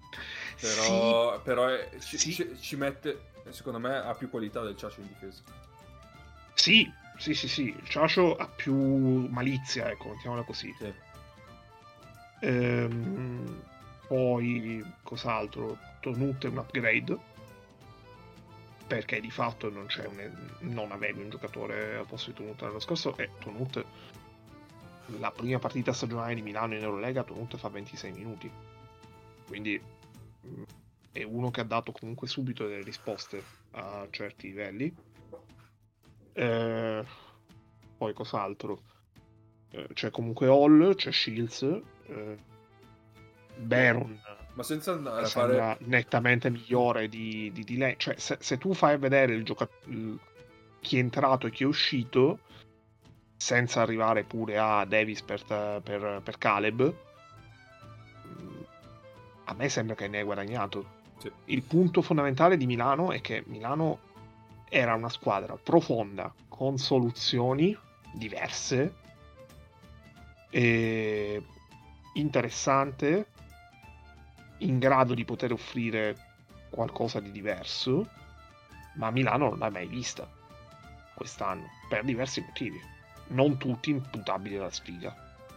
A: però ci mette, secondo me ha più qualità del Chacho in difesa.
C: Sì, il Chacho ha più malizia, ecco, mettiamola così.
A: Sì.
C: Poi cos'altro? Tonut è un upgrade, perché di fatto non avevi un giocatore al posto di Tonut l'anno scorso, e Tonut, la prima partita stagionale di Milano in Eurolega, Tonut fa 26 minuti, quindi è uno che ha dato comunque subito delle risposte a certi livelli. Poi cos'altro? C'è comunque Hall, c'è Shields, Baron,
A: ma senza andare a
C: sembra
A: fare
C: nettamente migliore di lei. Cioè, se tu fai vedere chi è entrato e chi è uscito, senza arrivare pure a Davis per Caleb, a me sembra che ne hai guadagnato.
A: Sì.
C: Il punto fondamentale di Milano è che Milano era una squadra profonda, con soluzioni diverse e interessante, in grado di poter offrire qualcosa di diverso, ma Milano non l'hai mai vista quest'anno per diversi motivi, non tutti imputabili alla sfiga.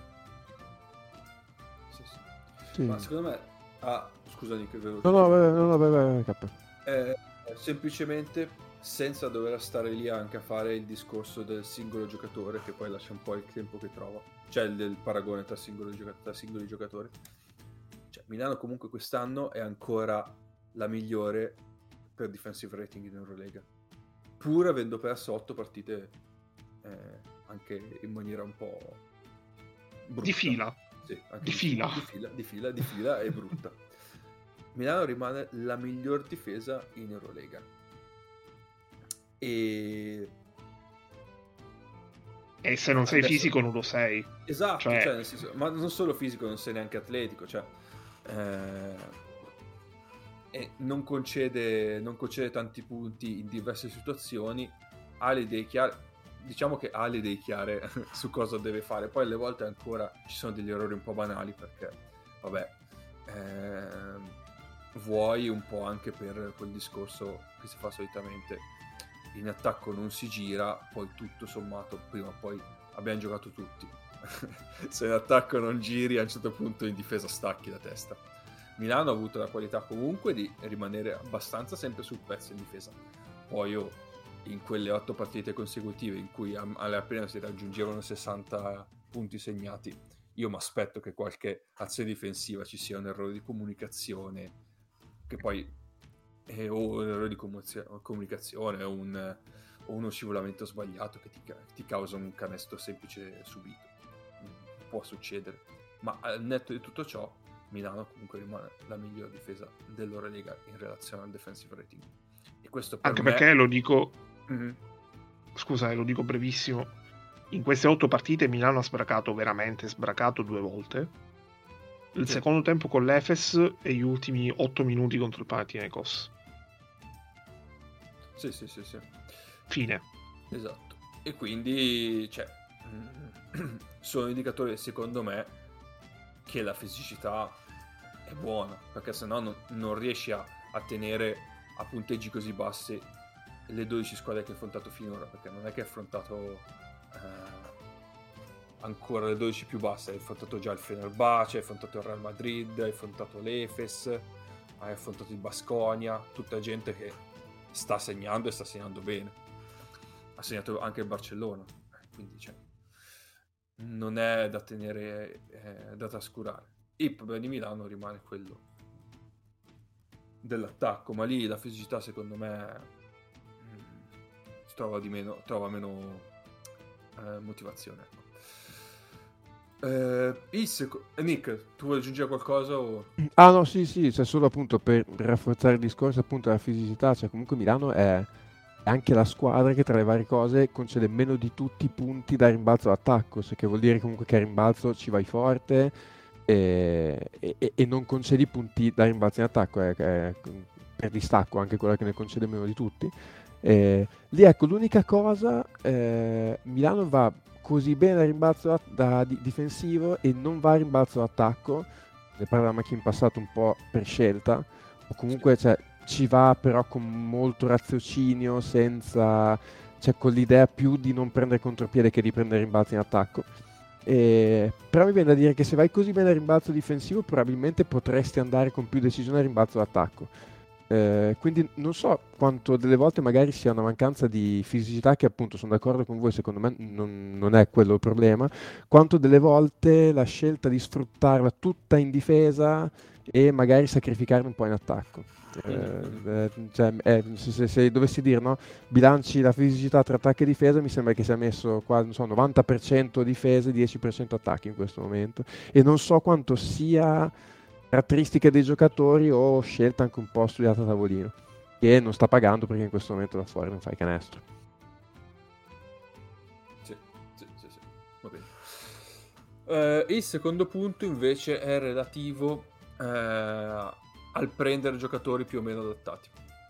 A: Sì. Ma secondo me scusami che veloce.
B: No, vai,
A: semplicemente senza dover stare lì anche a fare il discorso del singolo giocatore, che poi lascia un po' il tempo che trova, cioè del paragone tra singoli giocatori. Cioè, Milano comunque quest'anno è ancora la migliore per defensive rating in Eurolega, pur avendo perso 8 partite anche in maniera un po' brutta.
C: Di fila.
A: Sì, anche di fila è brutta. Milano rimane la miglior difesa in Eurolega. E
C: se non sei fisico non lo sei.
A: Esatto, cioè nel senso, ma non solo fisico, non sei neanche atletico, cioè e non concede tanti punti in diverse situazioni, ha le idee chiare, diciamo che ha le idee chiare su cosa deve fare, poi alle volte ancora ci sono degli errori un po' banali perché vabbè, vuoi un po' anche per quel discorso che si fa solitamente, in attacco non si gira, poi tutto sommato prima o poi abbiamo giocato tutti. Se in attacco non giri, a un certo punto in difesa stacchi la testa. Milano ha avuto la qualità comunque di rimanere abbastanza sempre sul pezzo in difesa. Poi in quelle 8 partite consecutive in cui alle prime si raggiungevano 60 punti segnati, io mi aspetto che qualche azione difensiva ci sia un errore di comunicazione, che poi o un errore di comunicazione o uno scivolamento sbagliato che ti causa un canestro semplice subito. Può succedere, ma al netto di tutto ciò Milano comunque rimane la miglior difesa dell'Eurolega in relazione al defensive rating, e questo per
C: anche
A: me...
C: perché lo dico scusa, lo dico brevissimo, in queste 8 partite Milano ha veramente sbracato 2 volte, il secondo tempo con l'Efes e gli ultimi 8 minuti contro il Panathinaikos.
A: Sì.
C: Fine.
A: Esatto. E quindi sono indicatori secondo me che la fisicità è buona, perché sennò non riesci a tenere a punteggi così bassi le 12 squadre che hai affrontato finora, perché non è che hai affrontato ancora le 12 più basse, hai affrontato già il Fenerbahce, hai affrontato il Real Madrid, hai affrontato l'Efes, hai affrontato il Baskonia, tutta gente che sta segnando e sta segnando bene. Ha segnato anche il Barcellona, quindi non è da tenere, da trascurare. Il problema di Milano rimane quello dell'attacco, ma lì la fisicità secondo me trova meno motivazione, ecco. Nick, tu vuoi aggiungere qualcosa o...
B: Ah no, sì, cioè solo appunto per rafforzare il discorso appunto della fisicità, cioè comunque Milano è anche la squadra che tra le varie cose concede meno di tutti i punti da rimbalzo d'attacco, cioè che vuol dire comunque che a rimbalzo ci vai forte e non concedi punti da rimbalzo in attacco, è per distacco anche quella che ne concede meno di tutti. Lì ecco, l'unica cosa, Milano va così bene a rimbalzo difensivo e non va a rimbalzo d'attacco, ne parlavamo anche in passato un po' per scelta, o comunque cioè, ci va però con molto raziocinio, senza, cioè con l'idea più di non prendere contropiede che di prendere rimbalzi in attacco. Però mi viene da dire che se vai così bene a rimbalzo difensivo probabilmente potresti andare con più decisione a rimbalzo d'attacco. Quindi non so quanto delle volte magari sia una mancanza di fisicità, che appunto sono d'accordo con voi, secondo me non è quello il problema, quanto delle volte la scelta di sfruttarla tutta in difesa e magari sacrificarla un po' in attacco. Cioè, se dovessi dire, no, bilanci la fisicità tra attacco e difesa, mi sembra che sia messo qua, non so, 90% difesa e 10% attacchi in questo momento, e non so quanto sia caratteristiche dei giocatori o scelta anche un po' studiata a tavolino, che non sta pagando perché in questo momento da fuori non fai canestro.
A: Sì. Va bene. Il secondo punto invece è relativo al prendere giocatori più o meno adattati.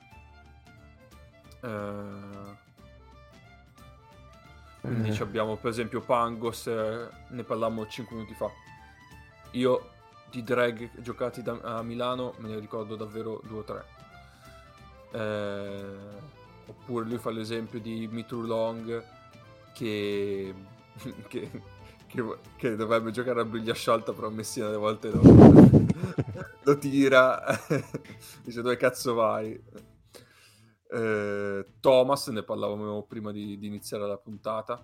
A: Quindi abbiamo per esempio Pangos, ne parlammo 5 minuti fa. Io di drag giocati a Milano me ne ricordo davvero 2 o 3. Oppure lui fa l'esempio di Mitru Long che dovrebbe giocare a briglia sciolta, però Messina alle volte lo tira. Dice dove cazzo vai? Thomas, ne parlavamo prima di iniziare la puntata,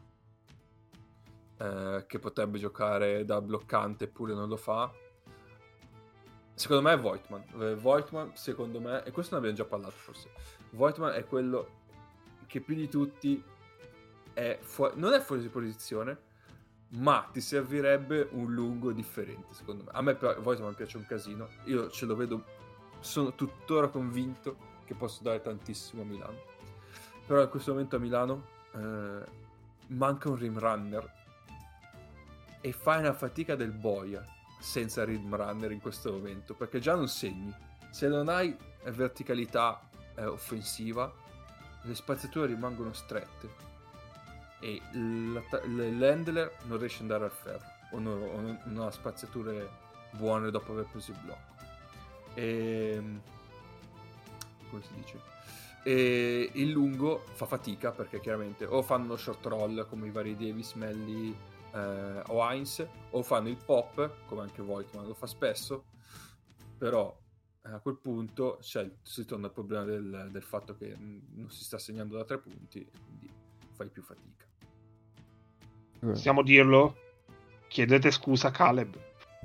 A: che potrebbe giocare da bloccante eppure non lo fa. Secondo me è Voigtman, secondo me, e questo ne abbiamo già parlato forse, Voigtman è quello che più di tutti non è fuori di posizione, ma ti servirebbe un lungo differente, secondo me. A me Voigtman piace un casino, io ce lo vedo, sono tuttora convinto che posso dare tantissimo a Milano, però in questo momento a Milano manca un rim runner e fai una fatica del boia senza rim runner in questo momento, perché già non segni, se non hai verticalità offensiva, le spaziature rimangono strette e l'handler non riesce ad andare al ferro o non ha spaziature buone dopo aver preso il blocco, come si dice, e il lungo fa fatica perché chiaramente o fanno lo short roll come i vari Davis, Melli o Hines, o fanno il pop come anche Voigtman lo fa spesso, però a quel punto si torna al problema del fatto che non si sta segnando da 3 punti e quindi fai più fatica.
C: Possiamo dirlo? Chiedete scusa a Caleb.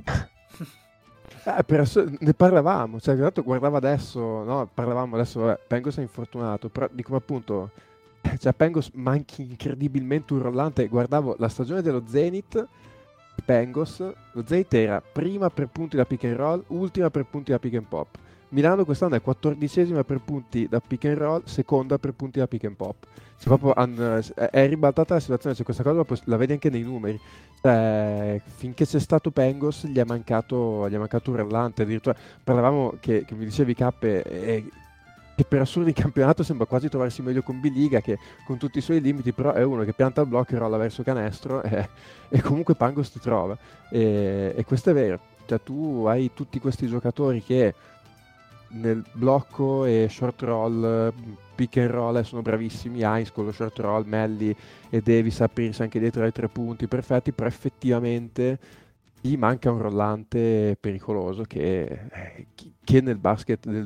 B: Ne parlavamo, cioè guardavo adesso, no? Parlavamo adesso, vabbè, Pengos è infortunato, però dico appunto, cioè Pengos manchi incredibilmente un rollante. Guardavo la stagione dello Zenith, Pengos, lo Zenith era prima per punti da pick and roll, ultima per punti da pick and pop. Milano quest'anno è 14esima per punti da pick and roll, seconda per punti da pick and pop. Cioè, proprio è ribaltata la situazione, cioè, questa cosa la vedi anche nei numeri. Cioè, finché c'è stato Pengos gli è mancato un rollante. Addirittura parlavamo che mi dicevi Cappe, che per assurdo in campionato sembra quasi trovarsi meglio con Biliga, che con tutti i suoi limiti però è uno che pianta il blocco e rolla verso canestro e comunque Pangos ti trova, e questo è vero. Cioè, tu hai tutti questi giocatori che nel blocco e short roll, pick and roll sono bravissimi, Hines con lo short roll, Melli e Davis a aprirsi anche dietro ai 3 punti perfetti, però effettivamente gli manca un rollante pericoloso che nel basket del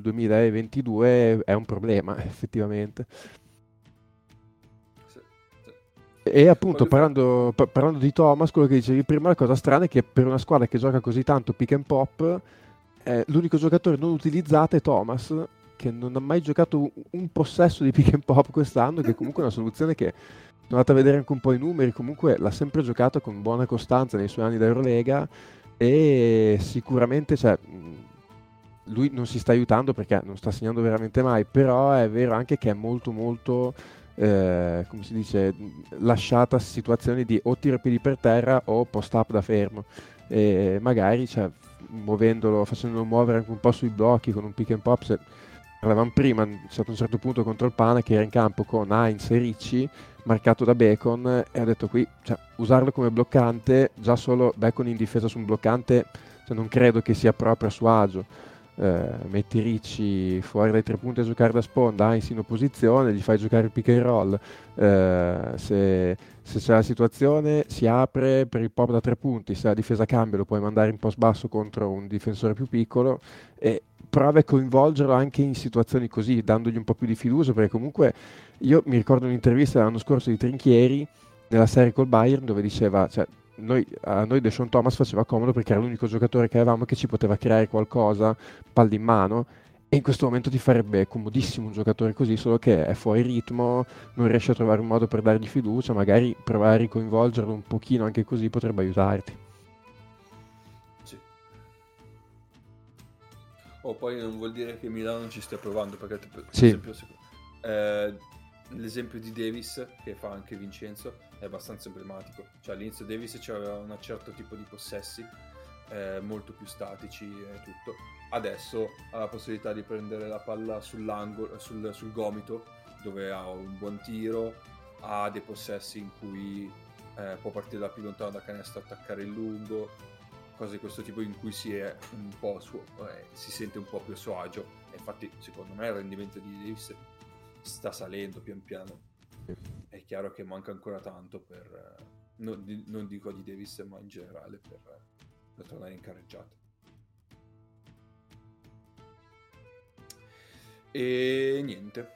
B: 2022 è un problema, effettivamente.
A: Sì.
B: E appunto parlando di Thomas, quello che dicevi prima, la cosa strana è che per una squadra che gioca così tanto pick and pop, l'unico giocatore non utilizzato è Thomas, che non ha mai giocato un possesso di pick and pop quest'anno, che comunque è una soluzione che sono andato a vedere anche un po' i numeri, comunque l'ha sempre giocato con buona costanza nei suoi anni da Eurolega e sicuramente, cioè, lui non si sta aiutando perché non sta segnando veramente mai, però è vero anche che è molto molto, come si dice, lasciata a situazioni di o tiro piedi per terra o post-up da fermo. E magari, cioè, muovendolo, facendolo muovere anche un po' sui blocchi con un pick and pop, parlavamo prima, c'è stato un certo punto contro il Pana che era in campo con Heinz e Ricci, marcato da Bacon, e ho detto qui, cioè, usarlo come bloccante, già solo Bacon in difesa su un bloccante, cioè, non credo che sia proprio a suo agio. Metti Ricci fuori dai 3 punti a giocare da sponda, Heinz in opposizione, gli fai giocare il pick and roll, se c'è la situazione si apre per il pop da 3 punti, se la difesa cambia lo puoi mandare in post basso contro un difensore più piccolo e prova a coinvolgerlo anche in situazioni così, dandogli un po' più di fiducia, perché comunque io mi ricordo un'intervista l'anno scorso di Trinchieri nella serie col Bayern dove diceva, cioè, a noi Deshaun Thomas faceva comodo perché era l'unico giocatore che avevamo che ci poteva creare qualcosa, palle in mano, e in questo momento ti farebbe comodissimo un giocatore così, solo che è fuori ritmo, non riesci a trovare un modo per dargli fiducia, magari provare a ricoinvolgerlo un pochino anche così potrebbe aiutarti.
A: Sì. Poi non vuol dire che Milano non ci stia provando, perché per
B: Sì.
A: esempio, l'esempio di Davis che fa anche Vincenzo è abbastanza emblematico. Cioè all'inizio Davis c'aveva un certo tipo di possessi molto più statici e tutto. Adesso ha la possibilità di prendere la palla sull'angolo, sul gomito, dove ha un buon tiro, ha dei possessi in cui può partire da più lontano da canestro, attaccare il lungo, cose di questo tipo in cui si è un po' si sente un po' più a suo agio. E infatti secondo me il rendimento di Davis sta salendo pian piano. È chiaro che manca ancora tanto per non dico di Davis ma in generale per tornare in carreggiata. E niente,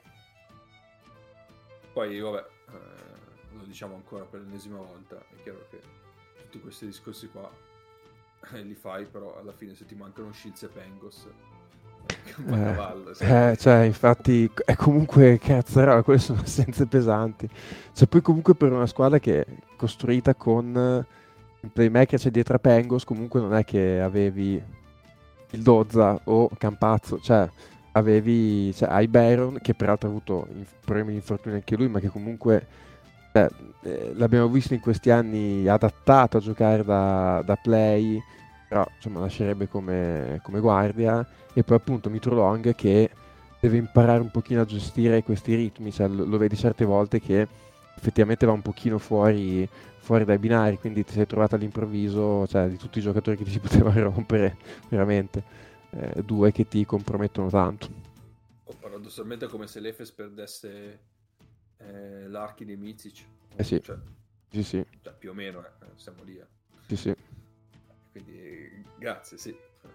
A: poi vabbè, lo diciamo ancora per l'ennesima volta, è chiaro che tutti questi discorsi qua li fai, però alla fine se ti mancano Shields e Pengos cavallo,
B: cioè infatti è comunque cazzarola, quelle sono assenze pesanti, cioè poi comunque per una squadra che è costruita con il playmaker c'è dietro a Pengos, comunque non è che avevi il Dozza o Campazzo, cioè avevi, cioè, hai Byron che peraltro ha avuto problemi di infortunio anche lui, ma che comunque l'abbiamo visto in questi anni adattato a giocare da play, però insomma lascerebbe come guardia, e poi appunto Mitro Long che deve imparare un pochino a gestire questi ritmi, cioè lo vedi certe volte che effettivamente va un pochino fuori dai binari, quindi ti sei trovato all'improvviso, cioè di tutti i giocatori che ti si potevano rompere veramente, due che ti compromettono tanto.
A: Paradossalmente è come se l'Efes perdesse l'archi di Mizic.
B: Sì.
A: Cioè,
B: Sì.
A: Cioè, più o meno siamo lì.
B: Sì.
A: Quindi grazie, sì.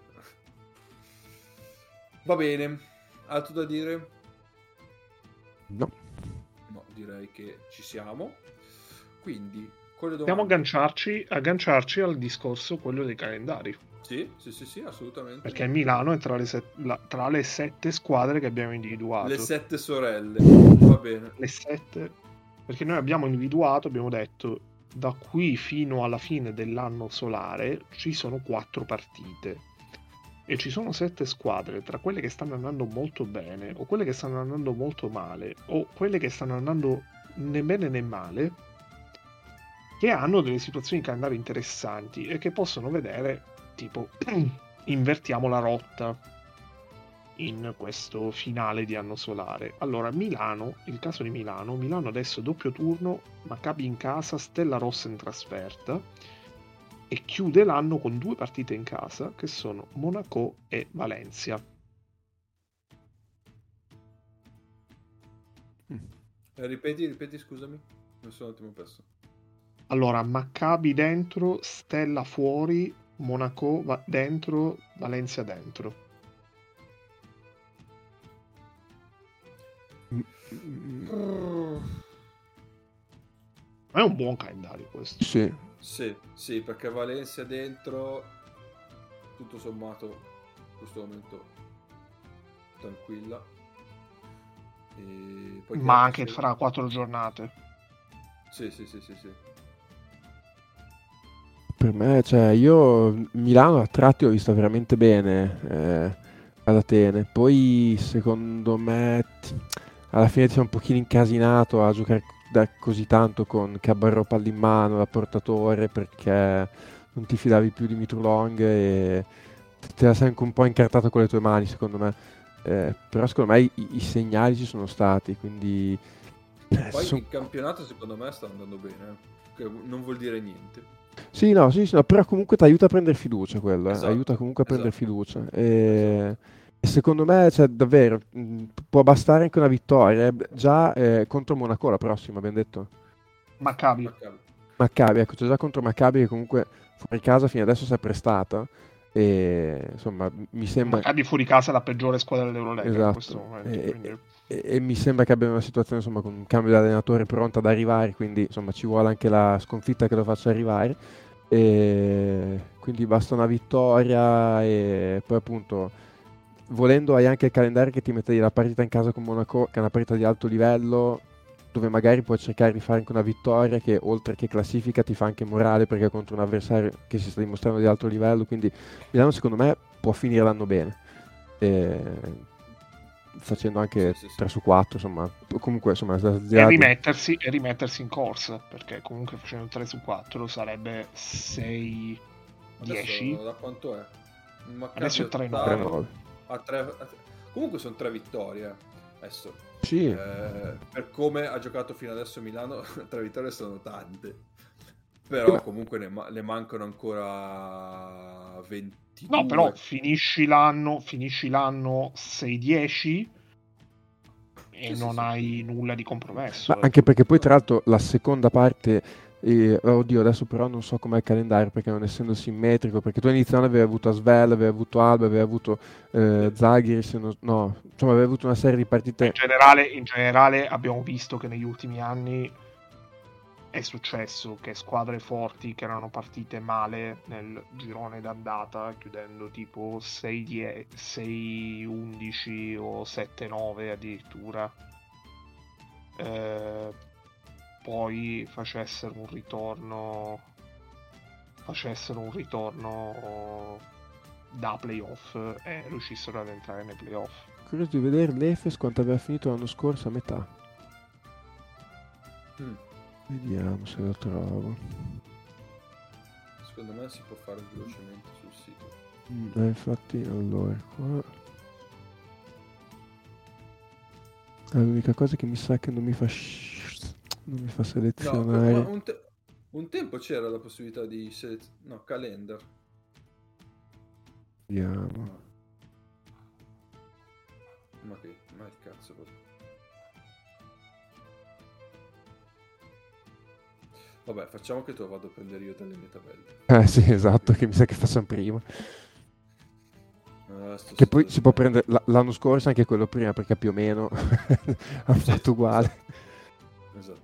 A: Va bene, altro da dire?
B: No,
A: direi che ci siamo. Quindi con le
C: Possiamo
A: domande
C: agganciarci al discorso quello dei calendari.
A: Sì, assolutamente.
C: Perché Milano è tra le 7 squadre che abbiamo individuato.
A: Le 7 sorelle, va bene.
C: Le 7, perché noi abbiamo individuato, abbiamo detto, da qui fino alla fine dell'anno solare ci sono 4 partite. E ci sono 7 squadre, tra quelle che stanno andando molto bene, o quelle che stanno andando molto male, o quelle che stanno andando né bene né male, che hanno delle situazioni di calendario interessanti e che possono vedere, tipo, invertiamo la rotta in questo finale di anno solare. Allora, Milano, il caso di Milano adesso doppio turno, Maccabi in casa, Stella Rossa in trasferta, e chiude l'anno con 2 partite in casa che sono Monaco e Valencia.
A: Ripeti, scusami, mi sono un attimo perso.
C: Allora, Maccabi dentro, Stella fuori, Monaco dentro, Valencia dentro. È un buon calendario questo.
B: Sì.
A: Sì, perché Valencia dentro, tutto sommato, in questo momento tranquilla. E poi
C: Ma anche fra 4 giornate.
A: Sì.
B: Per me, cioè, io Milano a tratti l'ho vista veramente bene ad Atene. Poi, secondo me, alla fine ti sei un pochino incasinato a giocare così tanto con Cabarro palla in mano, da portatore, perché non ti fidavi più di Mitrulong e te la sei anche un po' incartato con le tue mani, secondo me. Però secondo me i segnali ci sono stati, quindi...
A: Poi il campionato secondo me sta andando bene, che non vuol dire niente.
B: Sì, no, però comunque ti aiuta a prendere fiducia quello,
A: Esatto,
B: aiuta comunque a prendere
A: esatto.
B: fiducia. E secondo me, cioè, davvero, può bastare anche una vittoria. Già contro Monaco la prossima, abbiamo detto.
C: Maccabi,
B: ecco, c'è già contro Maccabi che comunque fuori casa fino adesso si è prestata. E insomma, mi sembra...
C: Maccabi fuori casa è la peggiore squadra dell'Eurolega in questo
B: Esatto.
C: momento. Quindi...
B: E mi sembra che abbia una situazione insomma con un cambio di allenatore pronta ad arrivare, quindi insomma ci vuole anche la sconfitta che lo faccia arrivare. E quindi basta una vittoria e poi appunto volendo hai anche il calendario che ti mette lì la partita in casa con Monaco, che è una partita di alto livello, dove magari puoi cercare di fare anche una vittoria che oltre che classifica ti fa anche morale perché è contro un avversario che si sta dimostrando di alto livello, quindi Milano secondo me può finire l'anno bene. Facendo anche 3 su 4, insomma, comunque insomma,
C: e rimettersi in corsa, perché comunque facendo 3 su 4 sarebbe 6-10.
A: Da quanto è?
C: Adesso è 3-9.
A: Comunque sono 3 vittorie adesso.
B: Sì.
A: Per come ha giocato fino adesso Milano, 3 vittorie sono tante, però comunque ne mancano ancora 22.
C: No, però finisci l'anno 6-10 e non hai nulla di compromesso.
B: Ma anche perché poi tra l'altro la seconda parte, oddio adesso però non so com'è il calendario perché non essendo simmetrico, perché tu all'inizio avevi avuto Asvel, avevi avuto Alba, avevi avuto Zaghiris, no, insomma avevi avuto una serie di partite.
C: In generale abbiamo visto che negli ultimi anni è successo che squadre forti che erano partite male nel girone d'andata, chiudendo tipo 6-11 o 7-9 addirittura, poi facessero un ritorno da playoff e riuscissero ad entrare nei playoff.
B: Curioso di vedere l'Efes quanto aveva finito l'anno scorso a metà. Vediamo se lo trovo.
A: Secondo me si può fare velocemente sul sito.
B: Infatti, allora, qua... l'unica cosa che mi sa che non mi fa selezionare.
A: No, ma un tempo c'era la possibilità di no, calendar.
B: Vediamo.
A: Ma il cazzo proprio. Vabbè, facciamo che te lo vado a prendere io dalle mie tabelle.
B: Sì, esatto, che mi sa che facciamo prima. Che poi si può prendere l'anno scorso anche quello prima, perché più o meno hanno fatto uguale.
A: Esatto.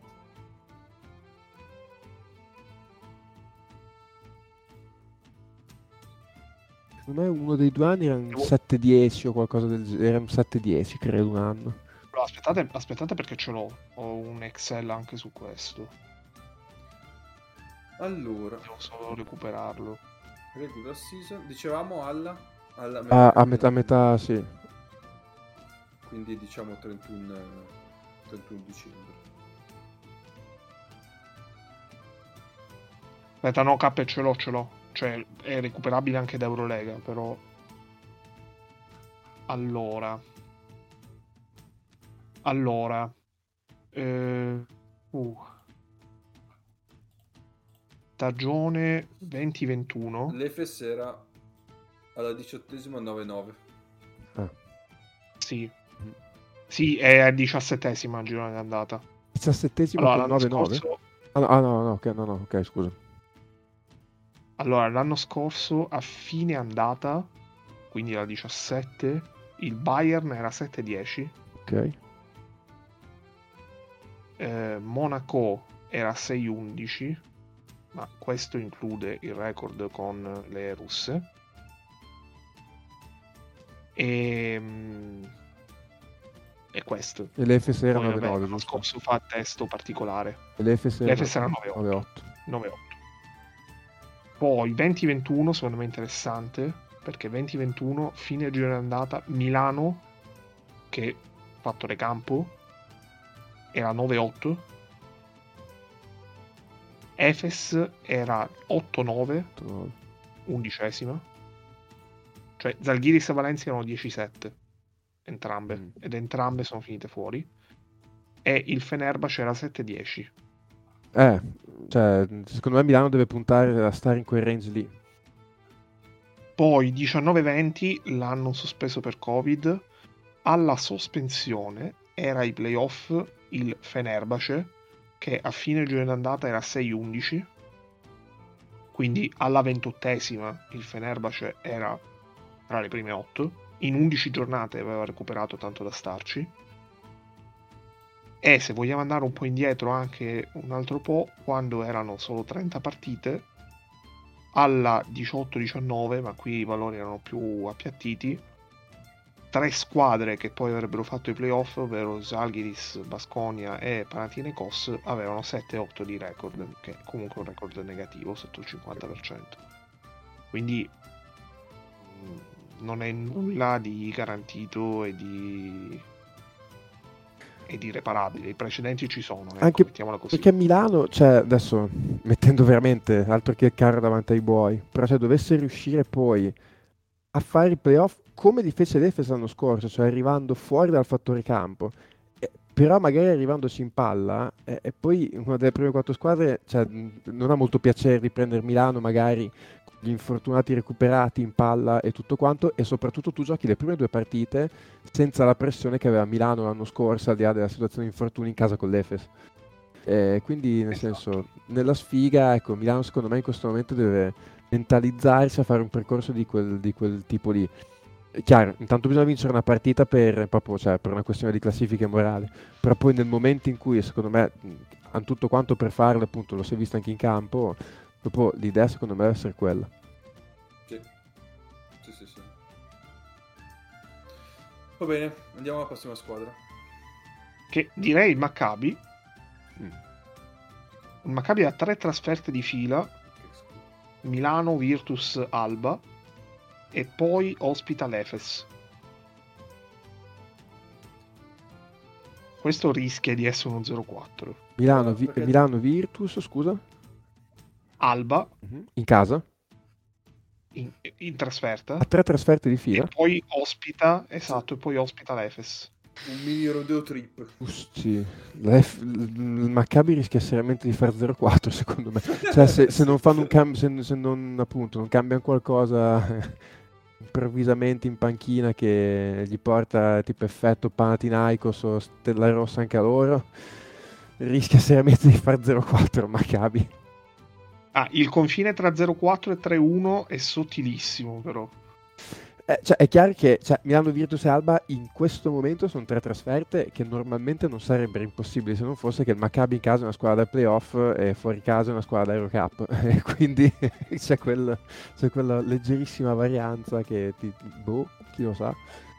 B: Secondo me uno dei 2 anni era un 7-10 o qualcosa del genere, era un 7-10 credo un anno.
C: No, aspettate perché ce l'ho, ho un Excel anche su questo.
A: Allora,
C: devo solo recuperarlo.
A: Regular season, dicevamo alla
B: a metà, sì.
A: Quindi diciamo 31 dicembre.
C: Aspetta, no, K ce l'ho. Cioè, è recuperabile anche da Eurolega, però... Allora... Stagione 2021.
A: L'Efes era alla 18esima 9-9.
C: Sì, è a 17esima girone d'andata.
B: 17esima
C: allora,
B: con 9-9?
C: Scorso...
B: no, ok, scusa.
C: Allora, l'anno scorso a fine andata, quindi la 17, il Bayern era 7-10.
B: Ok.
C: Monaco era 6-11, ma questo include il record con le russe. E questo.
B: E l'Efes era
C: Poi,
B: 9-9,
C: vabbè, l'anno
B: giusto?
C: scorso fa testo particolare.
B: E l'Efes era
C: L'Efes era 9-8. 9-8. Poi 20-21 secondo me è interessante, perché 20-21 fine girone andata Milano, che fattore campo era 9-8, Efes era 8-9,
B: 9.
C: undicesima, cioè Zalgiris e Valencia erano 10-7 entrambe, ed entrambe sono finite fuori, e il Fenerbahce era 7-10.
B: Cioè, secondo me Milano deve puntare a stare in quel range lì.
C: Poi 19-20 l'hanno sospeso per Covid. Alla sospensione era ai playoff il Fenerbahce, che a fine girone d'andata era 6-11, quindi alla 28esima il Fenerbahce era tra le prime 8, in 11 giornate aveva recuperato tanto da starci. E se vogliamo andare un po' indietro anche un altro po', quando erano solo 30 partite, alla 18-19, ma qui i valori erano più appiattiti, 3 squadre che poi avrebbero fatto i playoff, ovvero Žalgiris, Baskonia e Panathinaikos, avevano 7-8 di record, che è comunque un record negativo sotto il 50%. Quindi non è nulla di garantito e di irreparabile. I precedenti ci sono, ecco,
B: Anche
C: mettiamola così.
B: perché Milano, cioè adesso mettendo veramente altro che il carro davanti ai buoi, però se dovesse riuscire poi a fare i playoff come li fece l'Efes l'anno scorso, cioè arrivando fuori dal fattore campo, però magari arrivandoci in palla, e poi una delle prime 4 squadre, cioè, non ha molto piacere di prendere Milano magari con gli infortunati recuperati in palla e tutto quanto, e soprattutto tu giochi le prime 2 partite senza la pressione che aveva Milano l'anno scorso, al di là della situazione di infortuni in casa con l'Efes. Quindi nel senso, nella sfiga, ecco, Milano secondo me in questo momento deve mentalizzarsi a fare un percorso di quel tipo lì. È chiaro, intanto bisogna vincere una partita proprio, cioè, per una questione di classifica e morale, però poi nel momento in cui secondo me hanno tutto quanto per farlo, appunto lo si è visto anche in campo, dopo l'idea secondo me deve essere quella.
A: Sì. Va bene, andiamo alla prossima squadra.
C: Che direi il Maccabi. Il Maccabi ha 3 trasferte di fila: Milano, Virtus, Alba, e poi ospita l'Efes. Questo rischia di essere uno 0-4.
B: Milano Virtus, scusa?
C: Alba
B: in casa?
C: In trasferta.
B: Ha 3 trasferte di fila?
C: E poi ospita, esatto, e poi ospita l'Efes.
A: Un mini rodeo trip.
B: Sì. Il Maccabi rischia seriamente di fare 0-4 secondo me. Cioè se non fanno un cambio, se non appunto non cambiano qualcosa improvvisamente in panchina che gli porta tipo effetto Panathinaikos o Stella Rossa anche a loro, rischia seriamente di fare 0-4 Maccabi.
C: Il confine tra 0-4 e 3-1 è sottilissimo, però.
B: Cioè, è chiaro che Milano, Virtus e Alba in questo momento sono 3 trasferte che normalmente non sarebbero impossibili se non fosse che il Maccabi in casa è una squadra da playoff e fuori casa è una squadra da Eurocup. Quindi c'è quella leggerissima varianza che chi lo sa.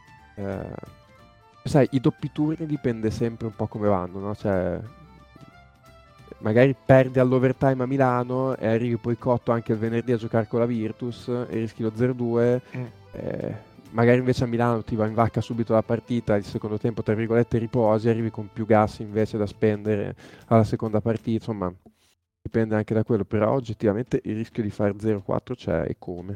B: Sai, i doppi turni dipende sempre un po' come vanno, no? Cioè, magari perdi all'overtime a Milano e arrivi poi cotto anche il venerdì a giocare con la Virtus e rischi lo 0-2. Magari invece a Milano ti va in vacca subito la partita, il secondo tempo tra virgolette riposi, arrivi con più gas invece da spendere alla seconda partita, insomma dipende anche da quello, però oggettivamente il rischio di fare 0-4 c'è, e come.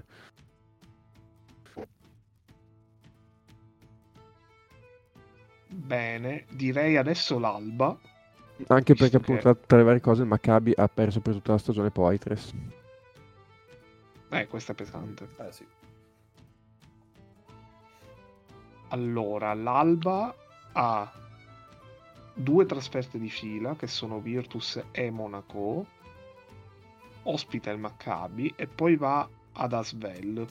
C: Bene, direi adesso l'Alba.
B: Anche perché appunto tra le varie cose il Maccabi ha perso per tutta la stagione Poitres.
C: Questo è pesante.
A: Sì.
C: Allora, l'Alba ha 2 trasferte di fila, che sono Virtus e Monaco, ospita il Maccabi e poi va ad Asvel.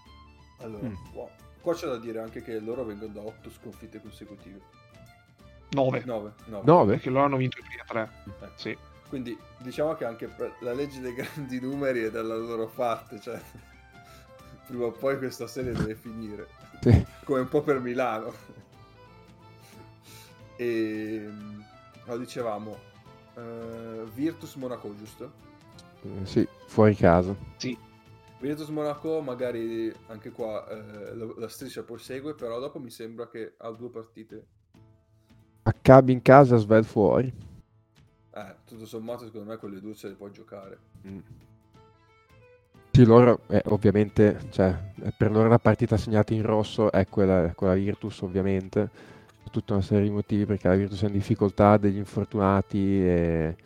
A: Allora, qua c'è da dire anche che loro vengono da 8 sconfitte consecutive.
C: 9.
B: 9?
C: Perché loro hanno vinto i primi 3. Sì.
A: Quindi diciamo che anche la legge dei grandi numeri è dalla loro parte, cioè prima o poi questa serie deve finire,
B: Sì.
A: come un po' per Milano. E lo dicevamo, Virtus Monaco, giusto?
B: Sì, fuori casa.
C: Sì.
A: Virtus Monaco magari anche qua la striscia prosegue, però dopo mi sembra che ha 2 partite.
B: Maccabi in casa, Svel fuori.
A: Tutto sommato secondo me quelle 2 se le può giocare.
B: Sì, loro ovviamente, cioè, per loro la partita segnata in rosso è quella Virtus, ovviamente, per tutta una serie di motivi, perché la Virtus è in difficoltà, degli infortunati e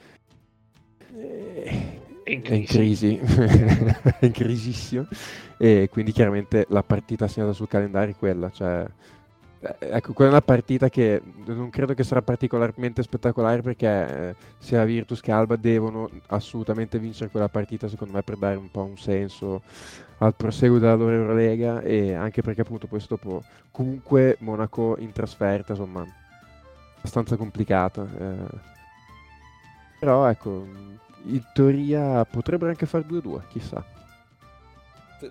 B: è in crisi, è in crisissimo, e quindi chiaramente la partita segnata sul calendario è quella, cioè, ecco, quella è una partita che non credo che sarà particolarmente spettacolare, perché sia Virtus che Alba devono assolutamente vincere quella partita, secondo me, per dare un po' un senso al proseguo della loro Eurolega, e anche perché appunto poi dopo comunque Monaco in trasferta, insomma, abbastanza complicata, però ecco, in teoria potrebbero anche fare 2-2, chissà.
A: Sì.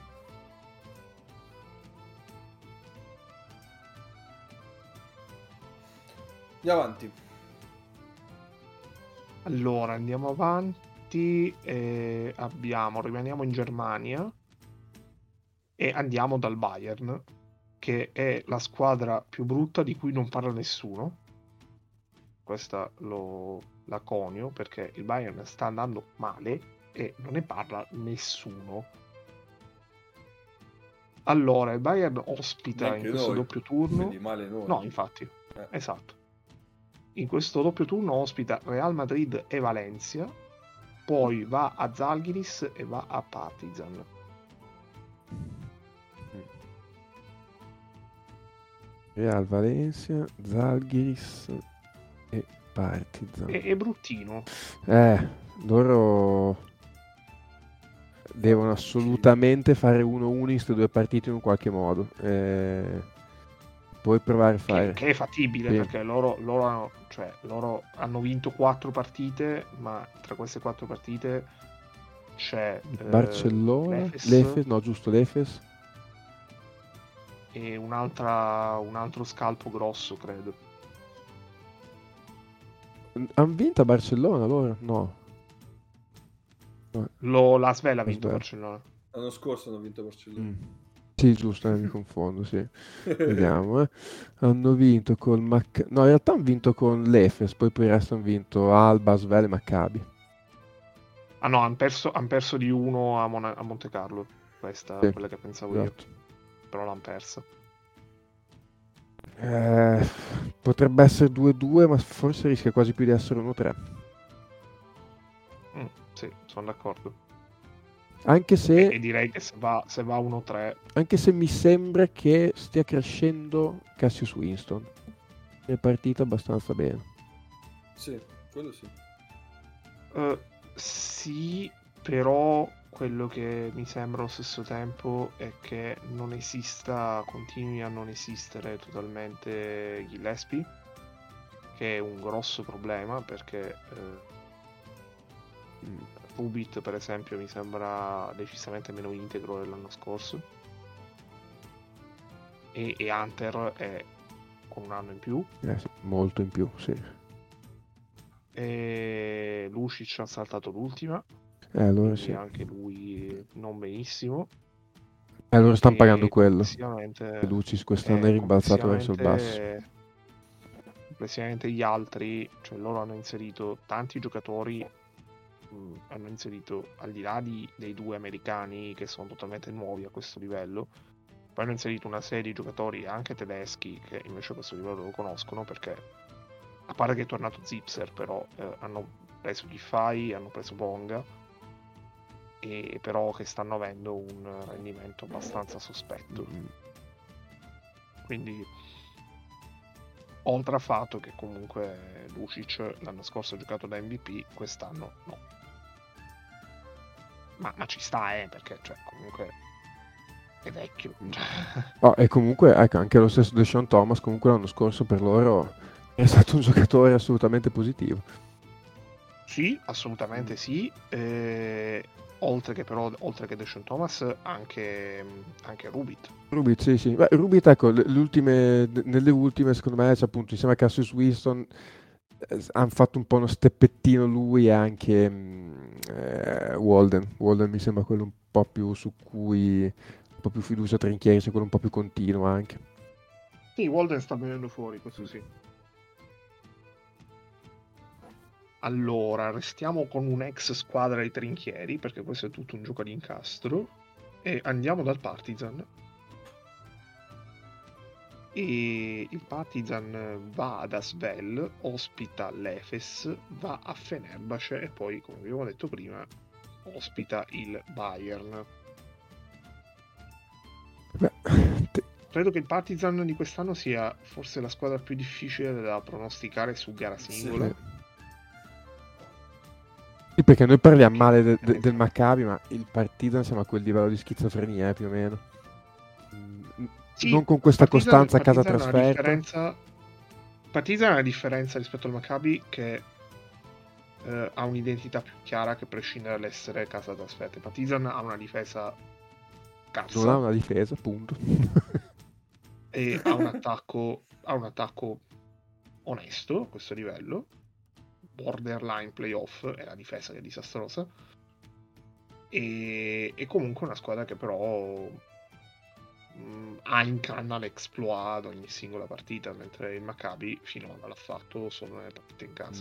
A: Andiamo avanti.
C: Allora, andiamo avanti. Rimaniamo in Germania e andiamo dal Bayern, che è la squadra più brutta di cui non parla nessuno. Questa la conio, perché il Bayern sta andando male e non ne parla nessuno. Allora, il Bayern ospita
A: Neanche
C: in questo
A: noi,
C: doppio turno.
A: quindi male noi.
C: No, infatti, esatto. In questo doppio turno ospita Real Madrid e Valencia, poi va a Zalgiris e va a Partizan.
B: Real, Valencia, Zalgiris e Partizan.
C: È bruttino.
B: Loro devono assolutamente fare 1-1 in queste 2 partite in un qualche modo. Puoi provare a fare...
C: Che è fattibile,
B: sì,
C: perché loro hanno vinto 4 partite, ma tra queste 4 partite c'è
B: Barcellona,
C: l'Efes
B: no, giusto, l'Efes.
C: E un altro scalpo grosso, credo.
B: Hanno vinto a Barcellona loro? No.
C: La Svel ha vinto Barcellona.
A: L'anno scorso hanno vinto Barcellona.
B: Sì, giusto, mi confondo, sì. Vediamo, Hanno vinto col no, in realtà hanno vinto con l'Efes, poi per il resto hanno vinto Alba, Svel e Maccabi.
C: Ah no, hanno perso di 1 a Monte Carlo. Questa è quella che pensavo io. Però l'hanno persa.
B: Potrebbe essere 2-2, ma forse rischia quasi più di essere 1-3.
C: Sì, sono d'accordo.
B: Anche se...
C: E direi che se va 1-3...
B: Anche se mi sembra che stia crescendo Cassius Winston. È partita abbastanza bene.
A: Sì, quello sì.
C: Sì, però quello che mi sembra allo stesso tempo è che continui a non esistere totalmente Gillespie, che è un grosso problema, perché Rubit per esempio mi sembra decisamente meno integro dell'anno scorso, e Hunter è con un anno in più,
B: Sì, molto in più, sì.
C: E Lucic ha saltato l'ultima,
B: Allora sì.
C: anche lui non benissimo.
B: Allora stanno pagando quello.
C: Complessivamente
B: Lucic quest'anno è rimbalzato verso il basso.
C: Complessivamente gli altri, cioè loro hanno inserito tanti giocatori, hanno inserito, al di là dei 2 americani che sono totalmente nuovi a questo livello, poi hanno inserito una serie di giocatori anche tedeschi che invece a questo livello lo conoscono, perché a parte che è tornato Zipser, però hanno preso Giffai, hanno preso Bonga, e però che stanno avendo un rendimento abbastanza sospetto. Quindi, oltre al fatto che comunque Lucic l'anno scorso ha giocato da MVP, quest'anno no. Ma ci sta, perché cioè, comunque è vecchio.
B: E comunque ecco, anche lo stesso Deshaun Thomas comunque l'anno scorso per loro è stato un giocatore assolutamente positivo.
C: Sì, assolutamente sì. Oltre che Deshaun Thomas, anche Rubit.
B: Rubit, sì. Beh, Rubit, ecco, nelle ultime, secondo me, cioè, appunto, insieme a Cassius Winston, hanno fatto un po' uno steppettino lui e anche Walden. Walden mi sembra quello un po' più su cui, un po' più fiducia Trinchieri, quello un po' più continuo anche.
C: Sì, Walden sta venendo fuori, questo sì. Allora, restiamo con un'ex squadra di Trinchieri, perché questo è tutto un gioco di incastro, e andiamo dal Partizan. E il Partizan va ad Asvel, ospita l'Efes, va a Fenerbahce e poi, come abbiamo detto prima, ospita il Bayern.
B: Beh,
C: Credo che il Partizan di quest'anno sia forse la squadra più difficile da pronosticare su gara singola.
B: sì. Sì, perché noi parliamo male del Maccabi, ma il Partizan siamo a quel livello di schizofrenia, più o meno.
C: Sì,
B: Non con questa costanza casa trasferta.
C: Partizan ha una differenza rispetto al Maccabi che ha un'identità più chiara che prescinde dall'essere casa trasferta. Partizan ha una difesa cazzo.
B: Non ha una difesa, punto.
C: E ha un attacco onesto a questo livello. Borderline playoff, è la difesa che è disastrosa. E comunque una squadra che però ha in canna l'exploit ad ogni singola partita, mentre il Maccabi finora l'ha fatto solo nelle partite in casa.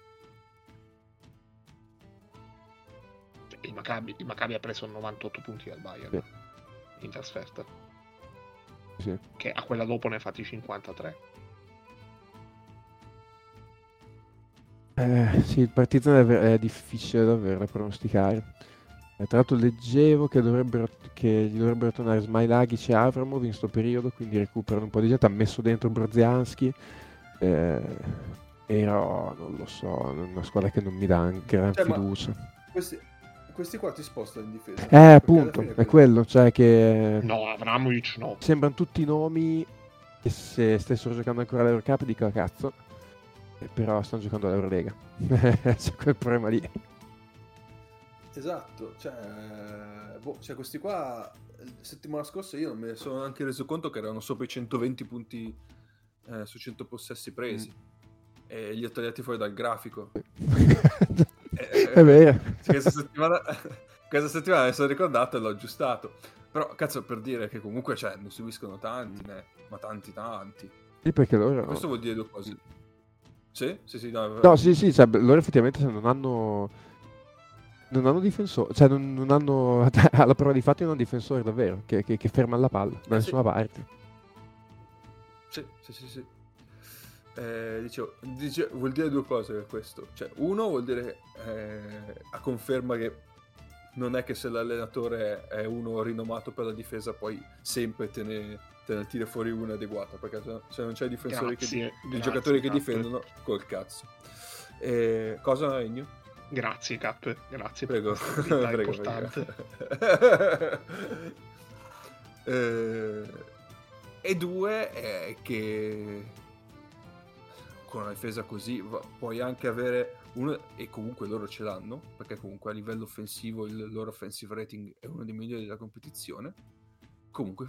C: Il Maccabi ha preso 98 punti dal Bayern in trasferta, che a quella dopo ne ha fatti 53.
B: Sì, il Partizan è difficile davvero da pronosticare. Tra l'altro leggevo che gli dovrebbero tornare Smailagic e Avramov in sto periodo, quindi recuperano un po' di gente. Ha messo dentro Brodzianski, però non lo so, è una squadra che non mi dà gran fiducia.
A: Questi qua ti spostano in difesa.
B: Appunto, è quello, cioè che...
C: No, Avramovic no.
B: Sembrano tutti nomi che se stessero giocando ancora all'Eurocup dico cazzo, però stanno giocando all'Eurolega. C'è quel problema lì.
A: Esatto, cioè questi qua settimana scorsa io non me ne sono neanche reso conto che erano sopra i 120 punti su 100 possessi presi e li ho tagliati fuori dal grafico.
B: È vero.
A: Questa settimana mi sono ricordato e l'ho aggiustato. Però cazzo, per dire che comunque ne subiscono tanti, ma tanti.
B: Sì, perché loro...
A: Questo vuol dire due cose. Sì,
B: no, sì, cioè, loro effettivamente non hanno difensori, cioè non hanno alla prova di fatti non hanno difensori davvero che fermano la palla da nessuna parte.
A: Sì. Vuol dire due cose questo. Cioè, uno vuol dire a conferma che non è che se l'allenatore è uno rinomato per la difesa poi sempre te ne tira fuori uno adeguato, perché se non c'è difensori i giocatori che difendono col cazzo. Cosa, Egno?
C: Grazie Cap, grazie.
A: Prego.
C: È importante.
A: E due è che con una difesa così puoi anche avere uno, e comunque loro ce l'hanno, perché comunque a livello offensivo il loro offensive rating è uno dei migliori della competizione. Comunque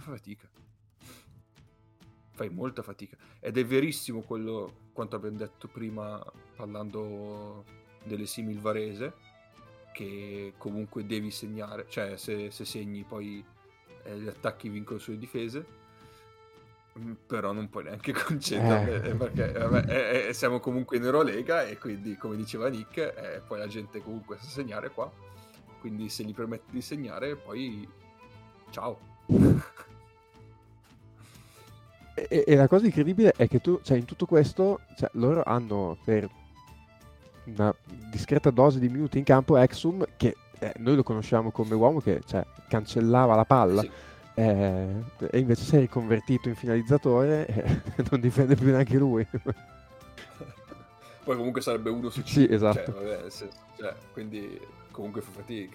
A: fai molta fatica, ed è verissimo quanto abbiamo detto prima parlando delle simil Varese, che comunque devi segnare, cioè se segni poi gli attacchi vincono sulle difese, però non puoi neanche concedere perché siamo comunque in Eurolega e quindi, come diceva Nick, poi la gente comunque sa segnare qua, quindi se gli permetti di segnare poi ciao.
B: E la cosa incredibile è che tu, cioè, in tutto questo, cioè, loro hanno per una discreta dose di minuti in campo Exum, che noi lo conosciamo come uomo che cancellava la palla.
A: Sì.
B: E invece si è riconvertito in finalizzatore e non difende più neanche lui.
A: Poi comunque sarebbe 1 su 5.
B: Sì, esatto.
A: Quindi comunque fa fatica.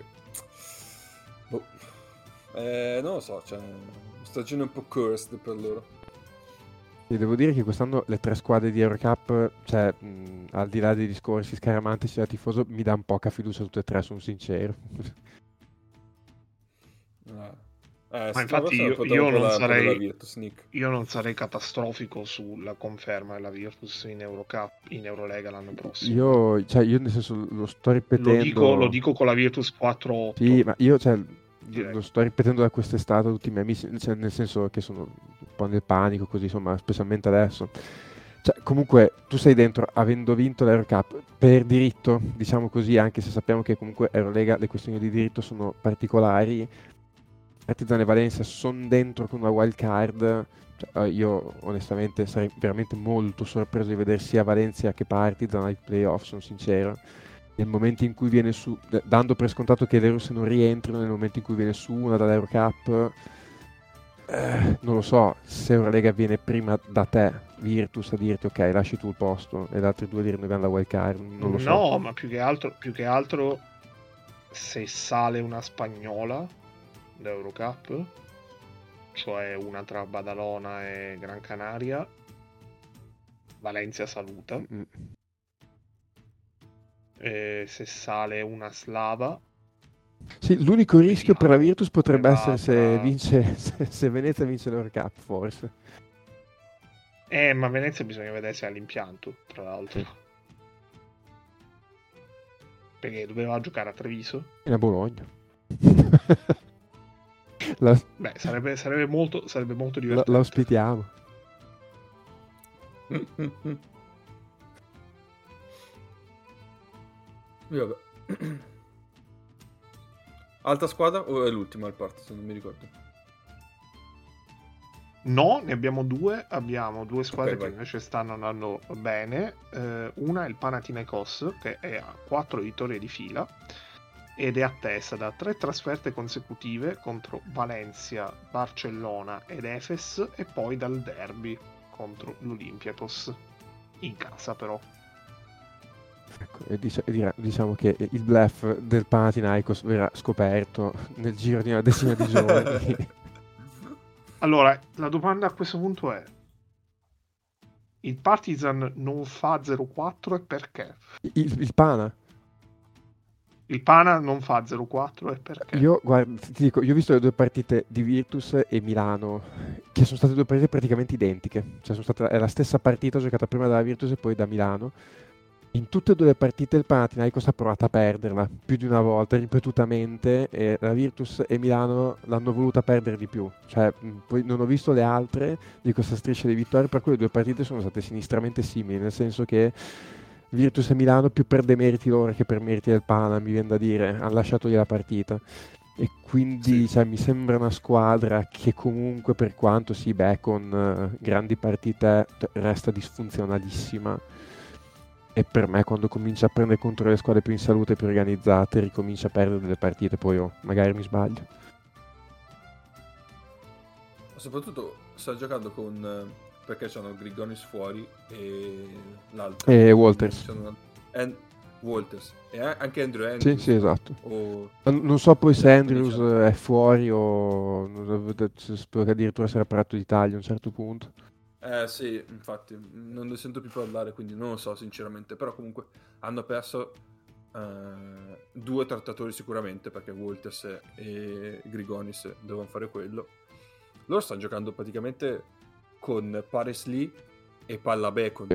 A: Non lo so, stagione un po' cursed per loro.
B: E devo dire che quest'anno le 3 squadre di Eurocup, cioè al di là dei discorsi scaramantici da tifoso, mi dà un poca fiducia tutte e 3, sono sincero.
C: Ma
A: settimana
C: infatti
A: prossima potremo parlare un po' della Virtus, Nick.
C: io non sarei catastrofico sulla conferma della Virtus in Eurocup, in Eurolega l'anno prossimo.
B: Io nel senso lo sto ripetendo.
C: Lo dico con la Virtus 4-8.
B: Sì, ma io
C: direi.
B: lo sto ripetendo da quest'estate a tutti i miei amici, cioè, nel senso che sono un po' nel panico, così insomma, specialmente adesso. Cioè, comunque tu sei dentro avendo vinto l'Eurocup per diritto, diciamo così, anche se sappiamo che comunque Eurolega le questioni di diritto sono particolari. Partizan e Valencia sono dentro con una wild card. Cioè, io onestamente sarei veramente molto sorpreso di vedere sia Valencia che Partizan ai playoff, sono sincero. Nel momento in cui viene su, dando per scontato che le russe non rientrino, nel momento in cui viene su una dall'Eurocup, non lo so, se Eurolega viene prima da te, Virtus, a dirti ok, lasci tu il posto, e gli altri due dire noi abbiamo la wild card, non lo so.
C: No, ma più che altro se sale una spagnola d'Eurocup, cioè una tra Badalona e Gran Canaria, Valencia saluta. E se sale una slava,
B: sì, l'unico rischio per la Virtus potrebbe
C: va
B: essere se Venezia vince l'Eurocup, forse.
C: Ma Venezia bisogna vedere se ha l'impianto, tra l'altro.
B: Sì.
C: Perché doveva giocare a Treviso
B: e a Bologna.
C: Beh, sarebbe molto divertente.
B: La ospitiamo.
A: Vabbè. Altra squadra o è l'ultima al Partizan? Non mi ricordo.
C: No, ne abbiamo due. Abbiamo due squadre che
A: vai.
C: invece stanno andando bene. Una è il Panathinaikos, che è a 4 vittorie di fila ed è attesa da 3 trasferte consecutive contro Valencia, Barcellona ed Efes, e poi dal derby contro l'Olympiakos in casa, però.
B: Ecco, e diciamo che il bluff del Panathinaikos verrà scoperto nel giro di una decina di giorni.
C: Allora, la domanda a questo punto è: il Partizan non fa 0-4 e perché?
B: Il Pana?
C: Il Pana non fa 0-4 e perché?
B: Io, guarda, ti dico, io ho visto le 2 partite di Virtus e Milano, che sono state 2 partite praticamente identiche. Cioè, è la stessa partita giocata prima dalla Virtus e poi da Milano. In tutte e 2 le partite il Panathinaikos ha provato a perderla più di una volta, ripetutamente, e la Virtus e Milano l'hanno voluta perdere di più. Cioè, poi non ho visto le altre di questa striscia di vittorie, per cui le 2 partite sono state sinistramente simili, nel senso che Virtus e Milano più per demeriti loro che per meriti del Pana, mi viene da dire, hanno lasciato lì la partita. E quindi
A: Sì.
B: cioè, mi sembra una squadra che comunque, per quanto sì, beh, con grandi partite resta disfunzionalissima. E per me quando comincia a prendere contro le squadre più in salute, più organizzate, ricomincia a perdere delle partite, poi magari mi sbaglio.
A: Soprattutto sta giocando con... perché c'hanno Grigonis fuori e l'altro.
B: E Walters.
A: Walters. E anche Andrew Andrews.
B: Sì, esatto. Non so poi se Andrews è fuori o... spero che addirittura si era parlato di Italia a un certo punto.
A: Sì, infatti non ne sento più parlare, quindi non lo so sinceramente, però comunque hanno perso 2 trattatori sicuramente, perché Walters e Grigonis dovevano fare quello. Loro stanno giocando praticamente con Paris Lee e Palla Bacon.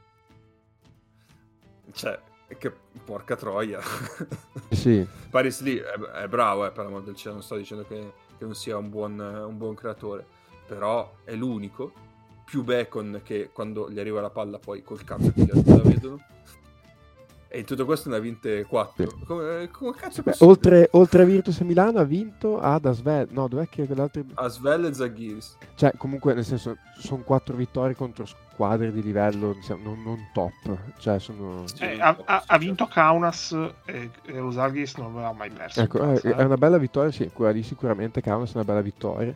A: Cioè, che porca troia.
B: Sì.
A: Paris Lee è bravo, per l'amor del cielo, non sto dicendo che non sia un buon creatore, però è l'unico. Più Bacon, che quando gli arriva la palla poi col cazzo che gli altri la vedono, e in tutto questo ne ha vinte 4.
B: Sì.
A: Come cazzo è possibile?
B: Oltre a Virtus e Milano ha vinto ad Asvel. No, dov'è che quell'altro?
A: Asvel e Zaghiris.
B: Cioè, comunque, nel senso, sono 4 vittorie contro squadre di livello, diciamo, non top. Cioè, sono...
C: ha vinto Kaunas e lo Zalgiris non aveva mai perso.
B: Ecco, è una bella vittoria, sì, quella lì sicuramente Kaunas è una bella vittoria.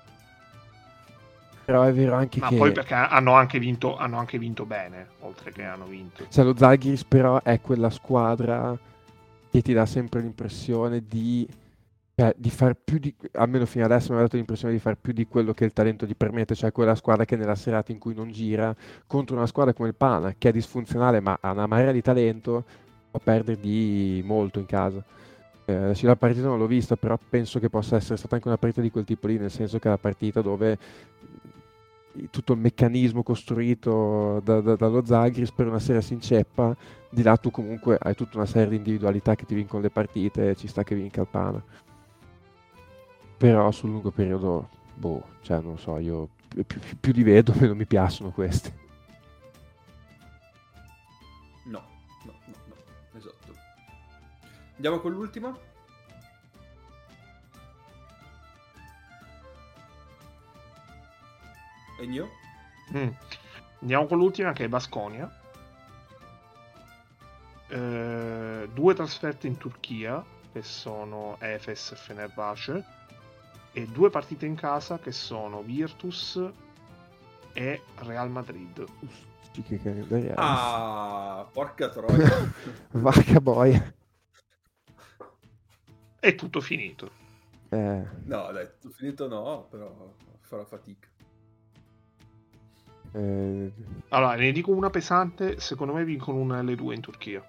B: Però è vero anche che...
C: Ma poi perché hanno anche vinto bene, oltre che hanno vinto.
B: Cioè, lo Zalgiris però è quella squadra che ti dà sempre l'impressione di Cioè, di far più di, almeno fino adesso mi ha dato l'impressione di far più di quello che il talento gli permette, cioè quella squadra che nella serata in cui non gira contro una squadra come il Pana, che è disfunzionale ma ha una marea di talento, può perdere di molto in casa. Adesso la partita non l'ho vista, però penso che possa essere stata anche una partita di quel tipo lì, nel senso che è una partita dove tutto il meccanismo costruito dallo Zagris per una serie si inceppa, di là tu comunque hai tutta una serie di individualità che ti vincono le partite e ci sta che vinca il Pana. Però sul lungo periodo, boh, cioè non so, io più li vedo meno mi piacciono questi.
A: No, esatto. Andiamo con l'ultima? Ennio?
C: Andiamo con l'ultima, che è Baskonia. 2 trasferte in Turchia, che sono Efes e Fenerbahce, e 2 partite in casa, che sono Virtus e Real Madrid.
A: Porca troia.
B: Vacca boia.
C: È tutto finito.
A: No, dai, tutto finito no, però farà fatica.
C: Allora, ne dico una pesante, secondo me vincono una delle 2 in Turchia.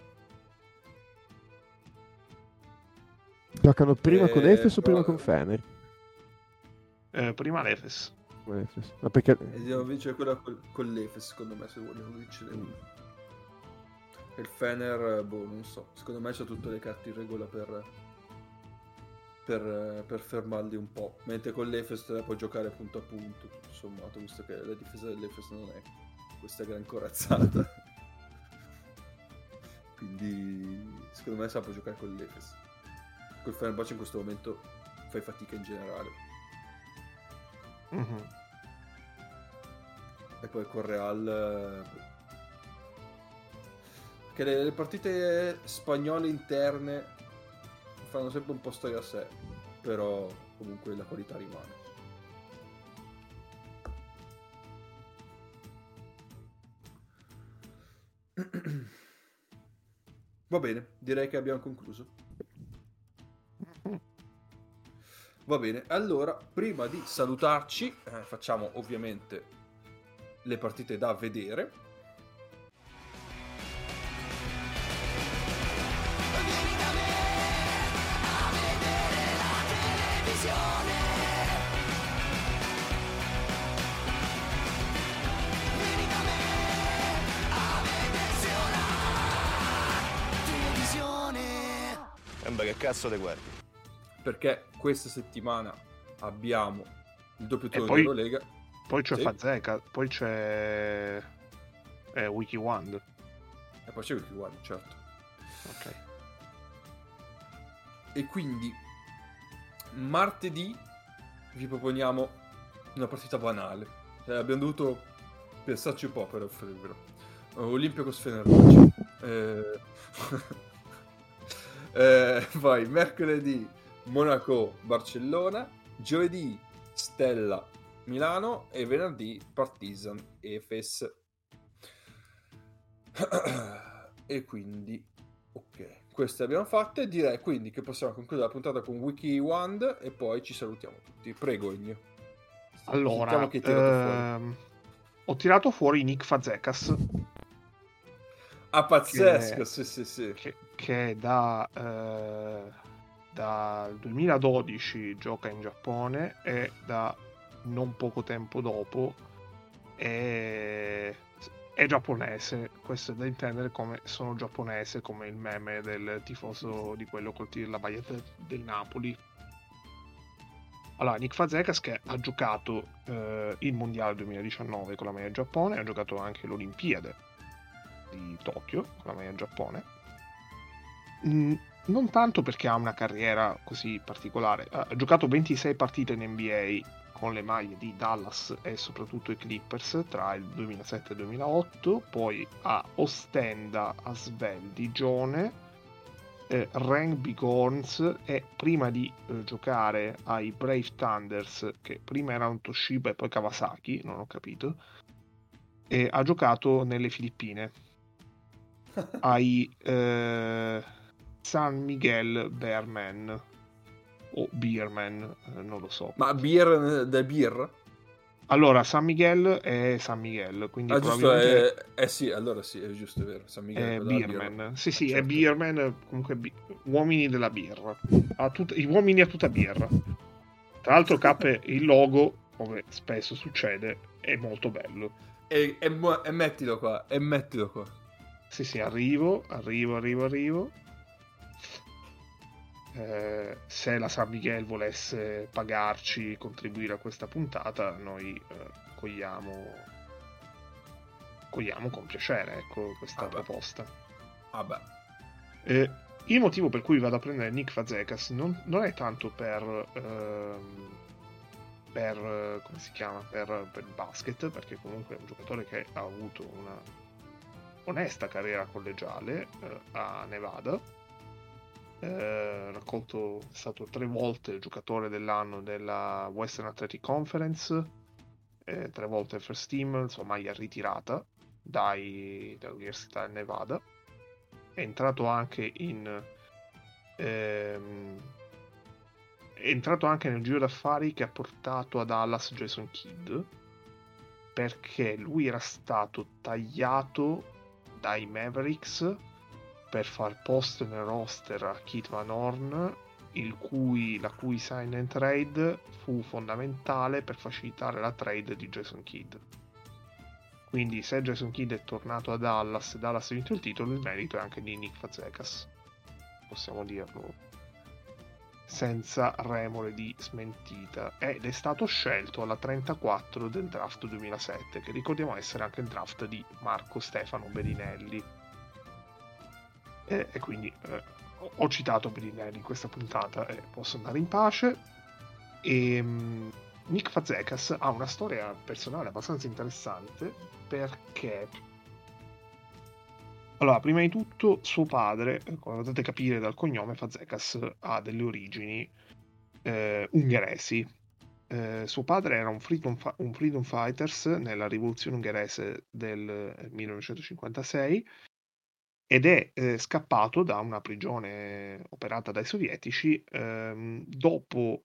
B: Giocano prima con Efes o prima con Fener?
C: Prima l'Efes.
B: Ma perché...
A: devo vincere quella con l'Efes, secondo me, se vogliono vincere una. Il Fener, boh, non so. Secondo me c'ha tutte le carte in regola per fermarli un po'. Mentre con l'Efes te la puoi giocare punto a punto, tutto sommato, visto che la difesa dell'Efes non è questa gran corazzata. Quindi secondo me sa può giocare con l'Efes. Col Fenerbahce in questo momento fai fatica in generale.
C: Mm-hmm.
A: E poi con Real che le partite spagnole interne fanno sempre un po' storia a sé, però comunque la qualità rimane. Va bene, direi che abbiamo concluso. Va bene, allora prima di salutarci facciamo ovviamente le partite da vedere.
D: Vieni da me a vedere la televisione. Vieni da me a vedersi una televisione.
E: Che cazzo te guardi?
A: Perché questa settimana abbiamo il doppio turno
C: poi-
A: di Eurolega.
C: Poi c'è
A: Sì.
C: Fazeca, poi c'è WikiWand.
A: E poi c'è il One, certo.
C: Ok.
A: E quindi martedì vi proponiamo una partita banale. Abbiamo dovuto pensarci un po' per offrirvelo. Olimpiakos Fenerbahce. Poi mercoledì Monaco Barcellona, giovedì Stella Milano e venerdì Partizan Efes. E quindi ok, queste abbiamo fatte. Direi quindi che possiamo concludere la puntata con WikiWand e poi ci salutiamo tutti. Prego, Ennio.
C: Allora,
A: Sentiamo che hai tirato fuori.
C: ho tirato fuori Nick Fazekas,
A: Ah, pazzesco, sì.
C: che dal 2012 gioca in Giappone e da non poco tempo dopo è giapponese. Questo è da intendere come sono giapponese, come il meme del tifoso di quello col la maglietta del Napoli. Allora, Nick Fazekas, che ha giocato il Mondiale 2019 con la maglia Giappone, ha giocato anche l'Olimpiade di Tokyo con la maglia Giappone. Non tanto perché ha una carriera così particolare. Ha giocato 26 partite in NBA con le maglie di Dallas e soprattutto i Clippers tra il 2007 e il 2008, poi a Ostenda, Asvel, Digione, Rangby Gorns, e prima di giocare ai Brave Thunders, che prima erano Toshiba e poi Kawasaki, non ho capito, e ha giocato nelle Filippine ai San Miguel Bearmen. o Beerman, non lo so.
A: Ma Beer da Beer?
C: Allora, San Miguel è San Miguel, quindi
A: Ah, giusto,
C: probabilmente
A: sì, allora sì, è giusto, è vero. San Michele,
C: è
A: quello della birra.
C: Beerman. Sì, sì, è
A: Certo.
C: Beerman, comunque uomini della birra. Gli uomini a tutta birra. Tra l'altro K, il logo, come spesso succede, è molto bello.
A: E mettilo qua, e mettilo qua.
C: Sì, sì, arrivo. Se la San Miguel volesse pagarci, contribuire a questa puntata, noi cogliamo con piacere, ecco, questa proposta.
A: Vabbè.
C: Il motivo per cui vado a prendere Nick Fazekas non è tanto per come si chiama, per il basket, perché comunque è un giocatore che ha avuto una onesta carriera collegiale a Nevada. È stato 3 volte il giocatore dell'anno della Western Athletic Conference, 3 volte first team, insomma è ritirata dall'Università del Nevada. È entrato anche nel giro d'affari che ha portato a Dallas Jason Kidd, perché lui era stato tagliato dai Mavericks per far posto nel roster a Keith Van Horn, la cui sign and trade fu fondamentale per facilitare la trade di Jason Kidd. Quindi se Jason Kidd è tornato a Dallas e Dallas ha vinto il titolo, il merito è anche di Nick Fazekas, possiamo dirlo senza remore di smentita, ed è stato scelto alla 34 del draft 2007, che ricordiamo essere anche il draft di Marco Stefano Bellinelli. E quindi ho citato Bellinelli in questa puntata e posso andare in pace. Nick Fazekas ha una storia personale abbastanza interessante, perché allora, prima di tutto, suo padre, come potete capire dal cognome, Fazekas ha delle origini ungheresi. Suo padre era un freedom fighters nella rivoluzione ungherese del 1956 ed è scappato da una prigione operata dai sovietici dopo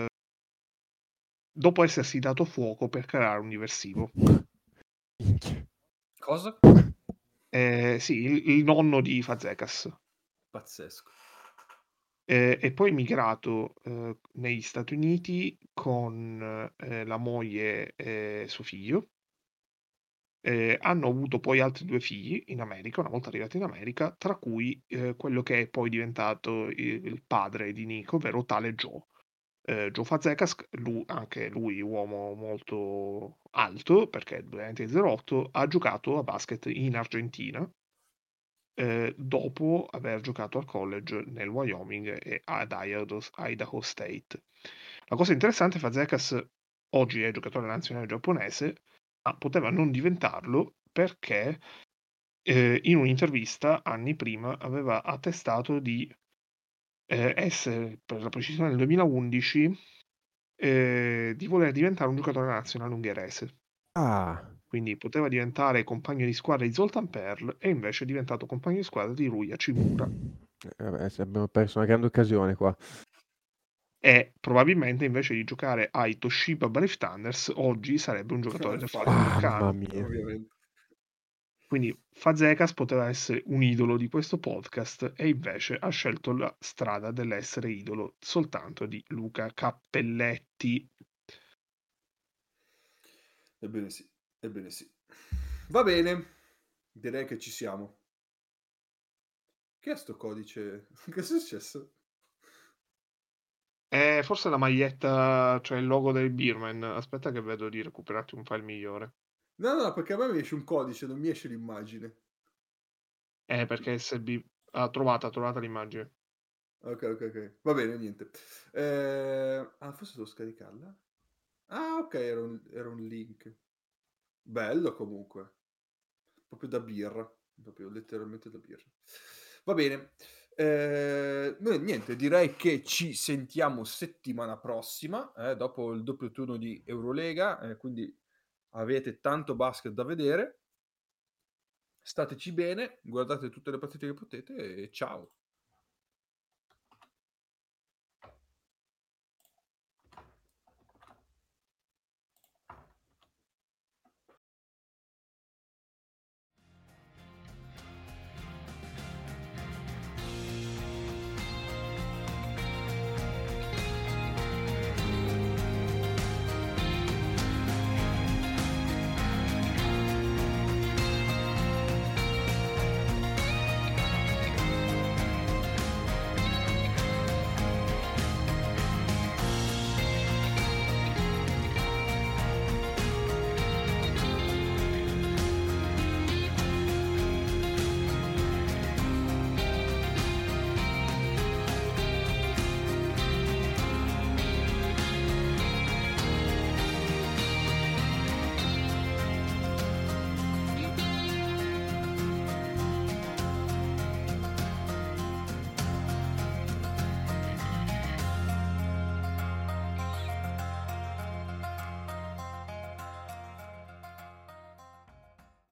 C: essersi dato fuoco per creare un diversivo.
A: Cosa?
C: Sì, il nonno di Fazekas.
A: Pazzesco.
C: È poi migrato negli Stati Uniti con la moglie e suo figlio. Hanno avuto poi altri 2 figli in America, una volta arrivati in America, tra cui quello che è poi diventato il padre di Nick, ovvero tale Joe. Joe Fazekas, anche lui uomo molto alto, perché è 2,08 m, ha giocato a basket in Argentina, dopo aver giocato al college nel Wyoming e ad Idaho State. La cosa interessante, Fazekas oggi è giocatore nazionale giapponese, ma poteva non diventarlo perché in un'intervista anni prima aveva attestato di essere, per la precisione nel 2011, di voler diventare un giocatore nazionale ungherese.
B: Ah,
C: Quindi poteva diventare compagno di squadra di Zoltan Perl e invece è diventato compagno di squadra di Rui Hachimura.
B: vabbè, abbiamo perso una grande occasione qua.
C: E probabilmente invece di giocare ai Toshiba Brave Thunders oggi sarebbe un giocatore del Falcon
B: Mamma
C: Vulcano.
B: mia.
A: Ovviamente.
C: Quindi Fazekas poteva essere un idolo di questo podcast e invece ha scelto la strada dell'essere idolo soltanto di Luca Cappelletti.
A: Ebbene sì, ebbene sì. Va bene, direi che ci siamo. Che è sto codice? Che è successo?
C: Forse la maglietta, cioè il logo del Beerman. Aspetta che vedo di recuperarti un file migliore.
A: No, perché a me mi esce un codice, non mi esce l'immagine.
C: Perché SB... trovata l'immagine.
A: Ok. Va bene, niente. Forse devo scaricarla? Ah, ok, era un link. Bello comunque. Proprio da birra. Proprio letteralmente da birra. Va bene. Niente, direi che ci sentiamo settimana prossima, dopo il doppio turno di Eurolega, quindi avete tanto basket da vedere. Stateci bene, guardate tutte le partite che potete e ciao.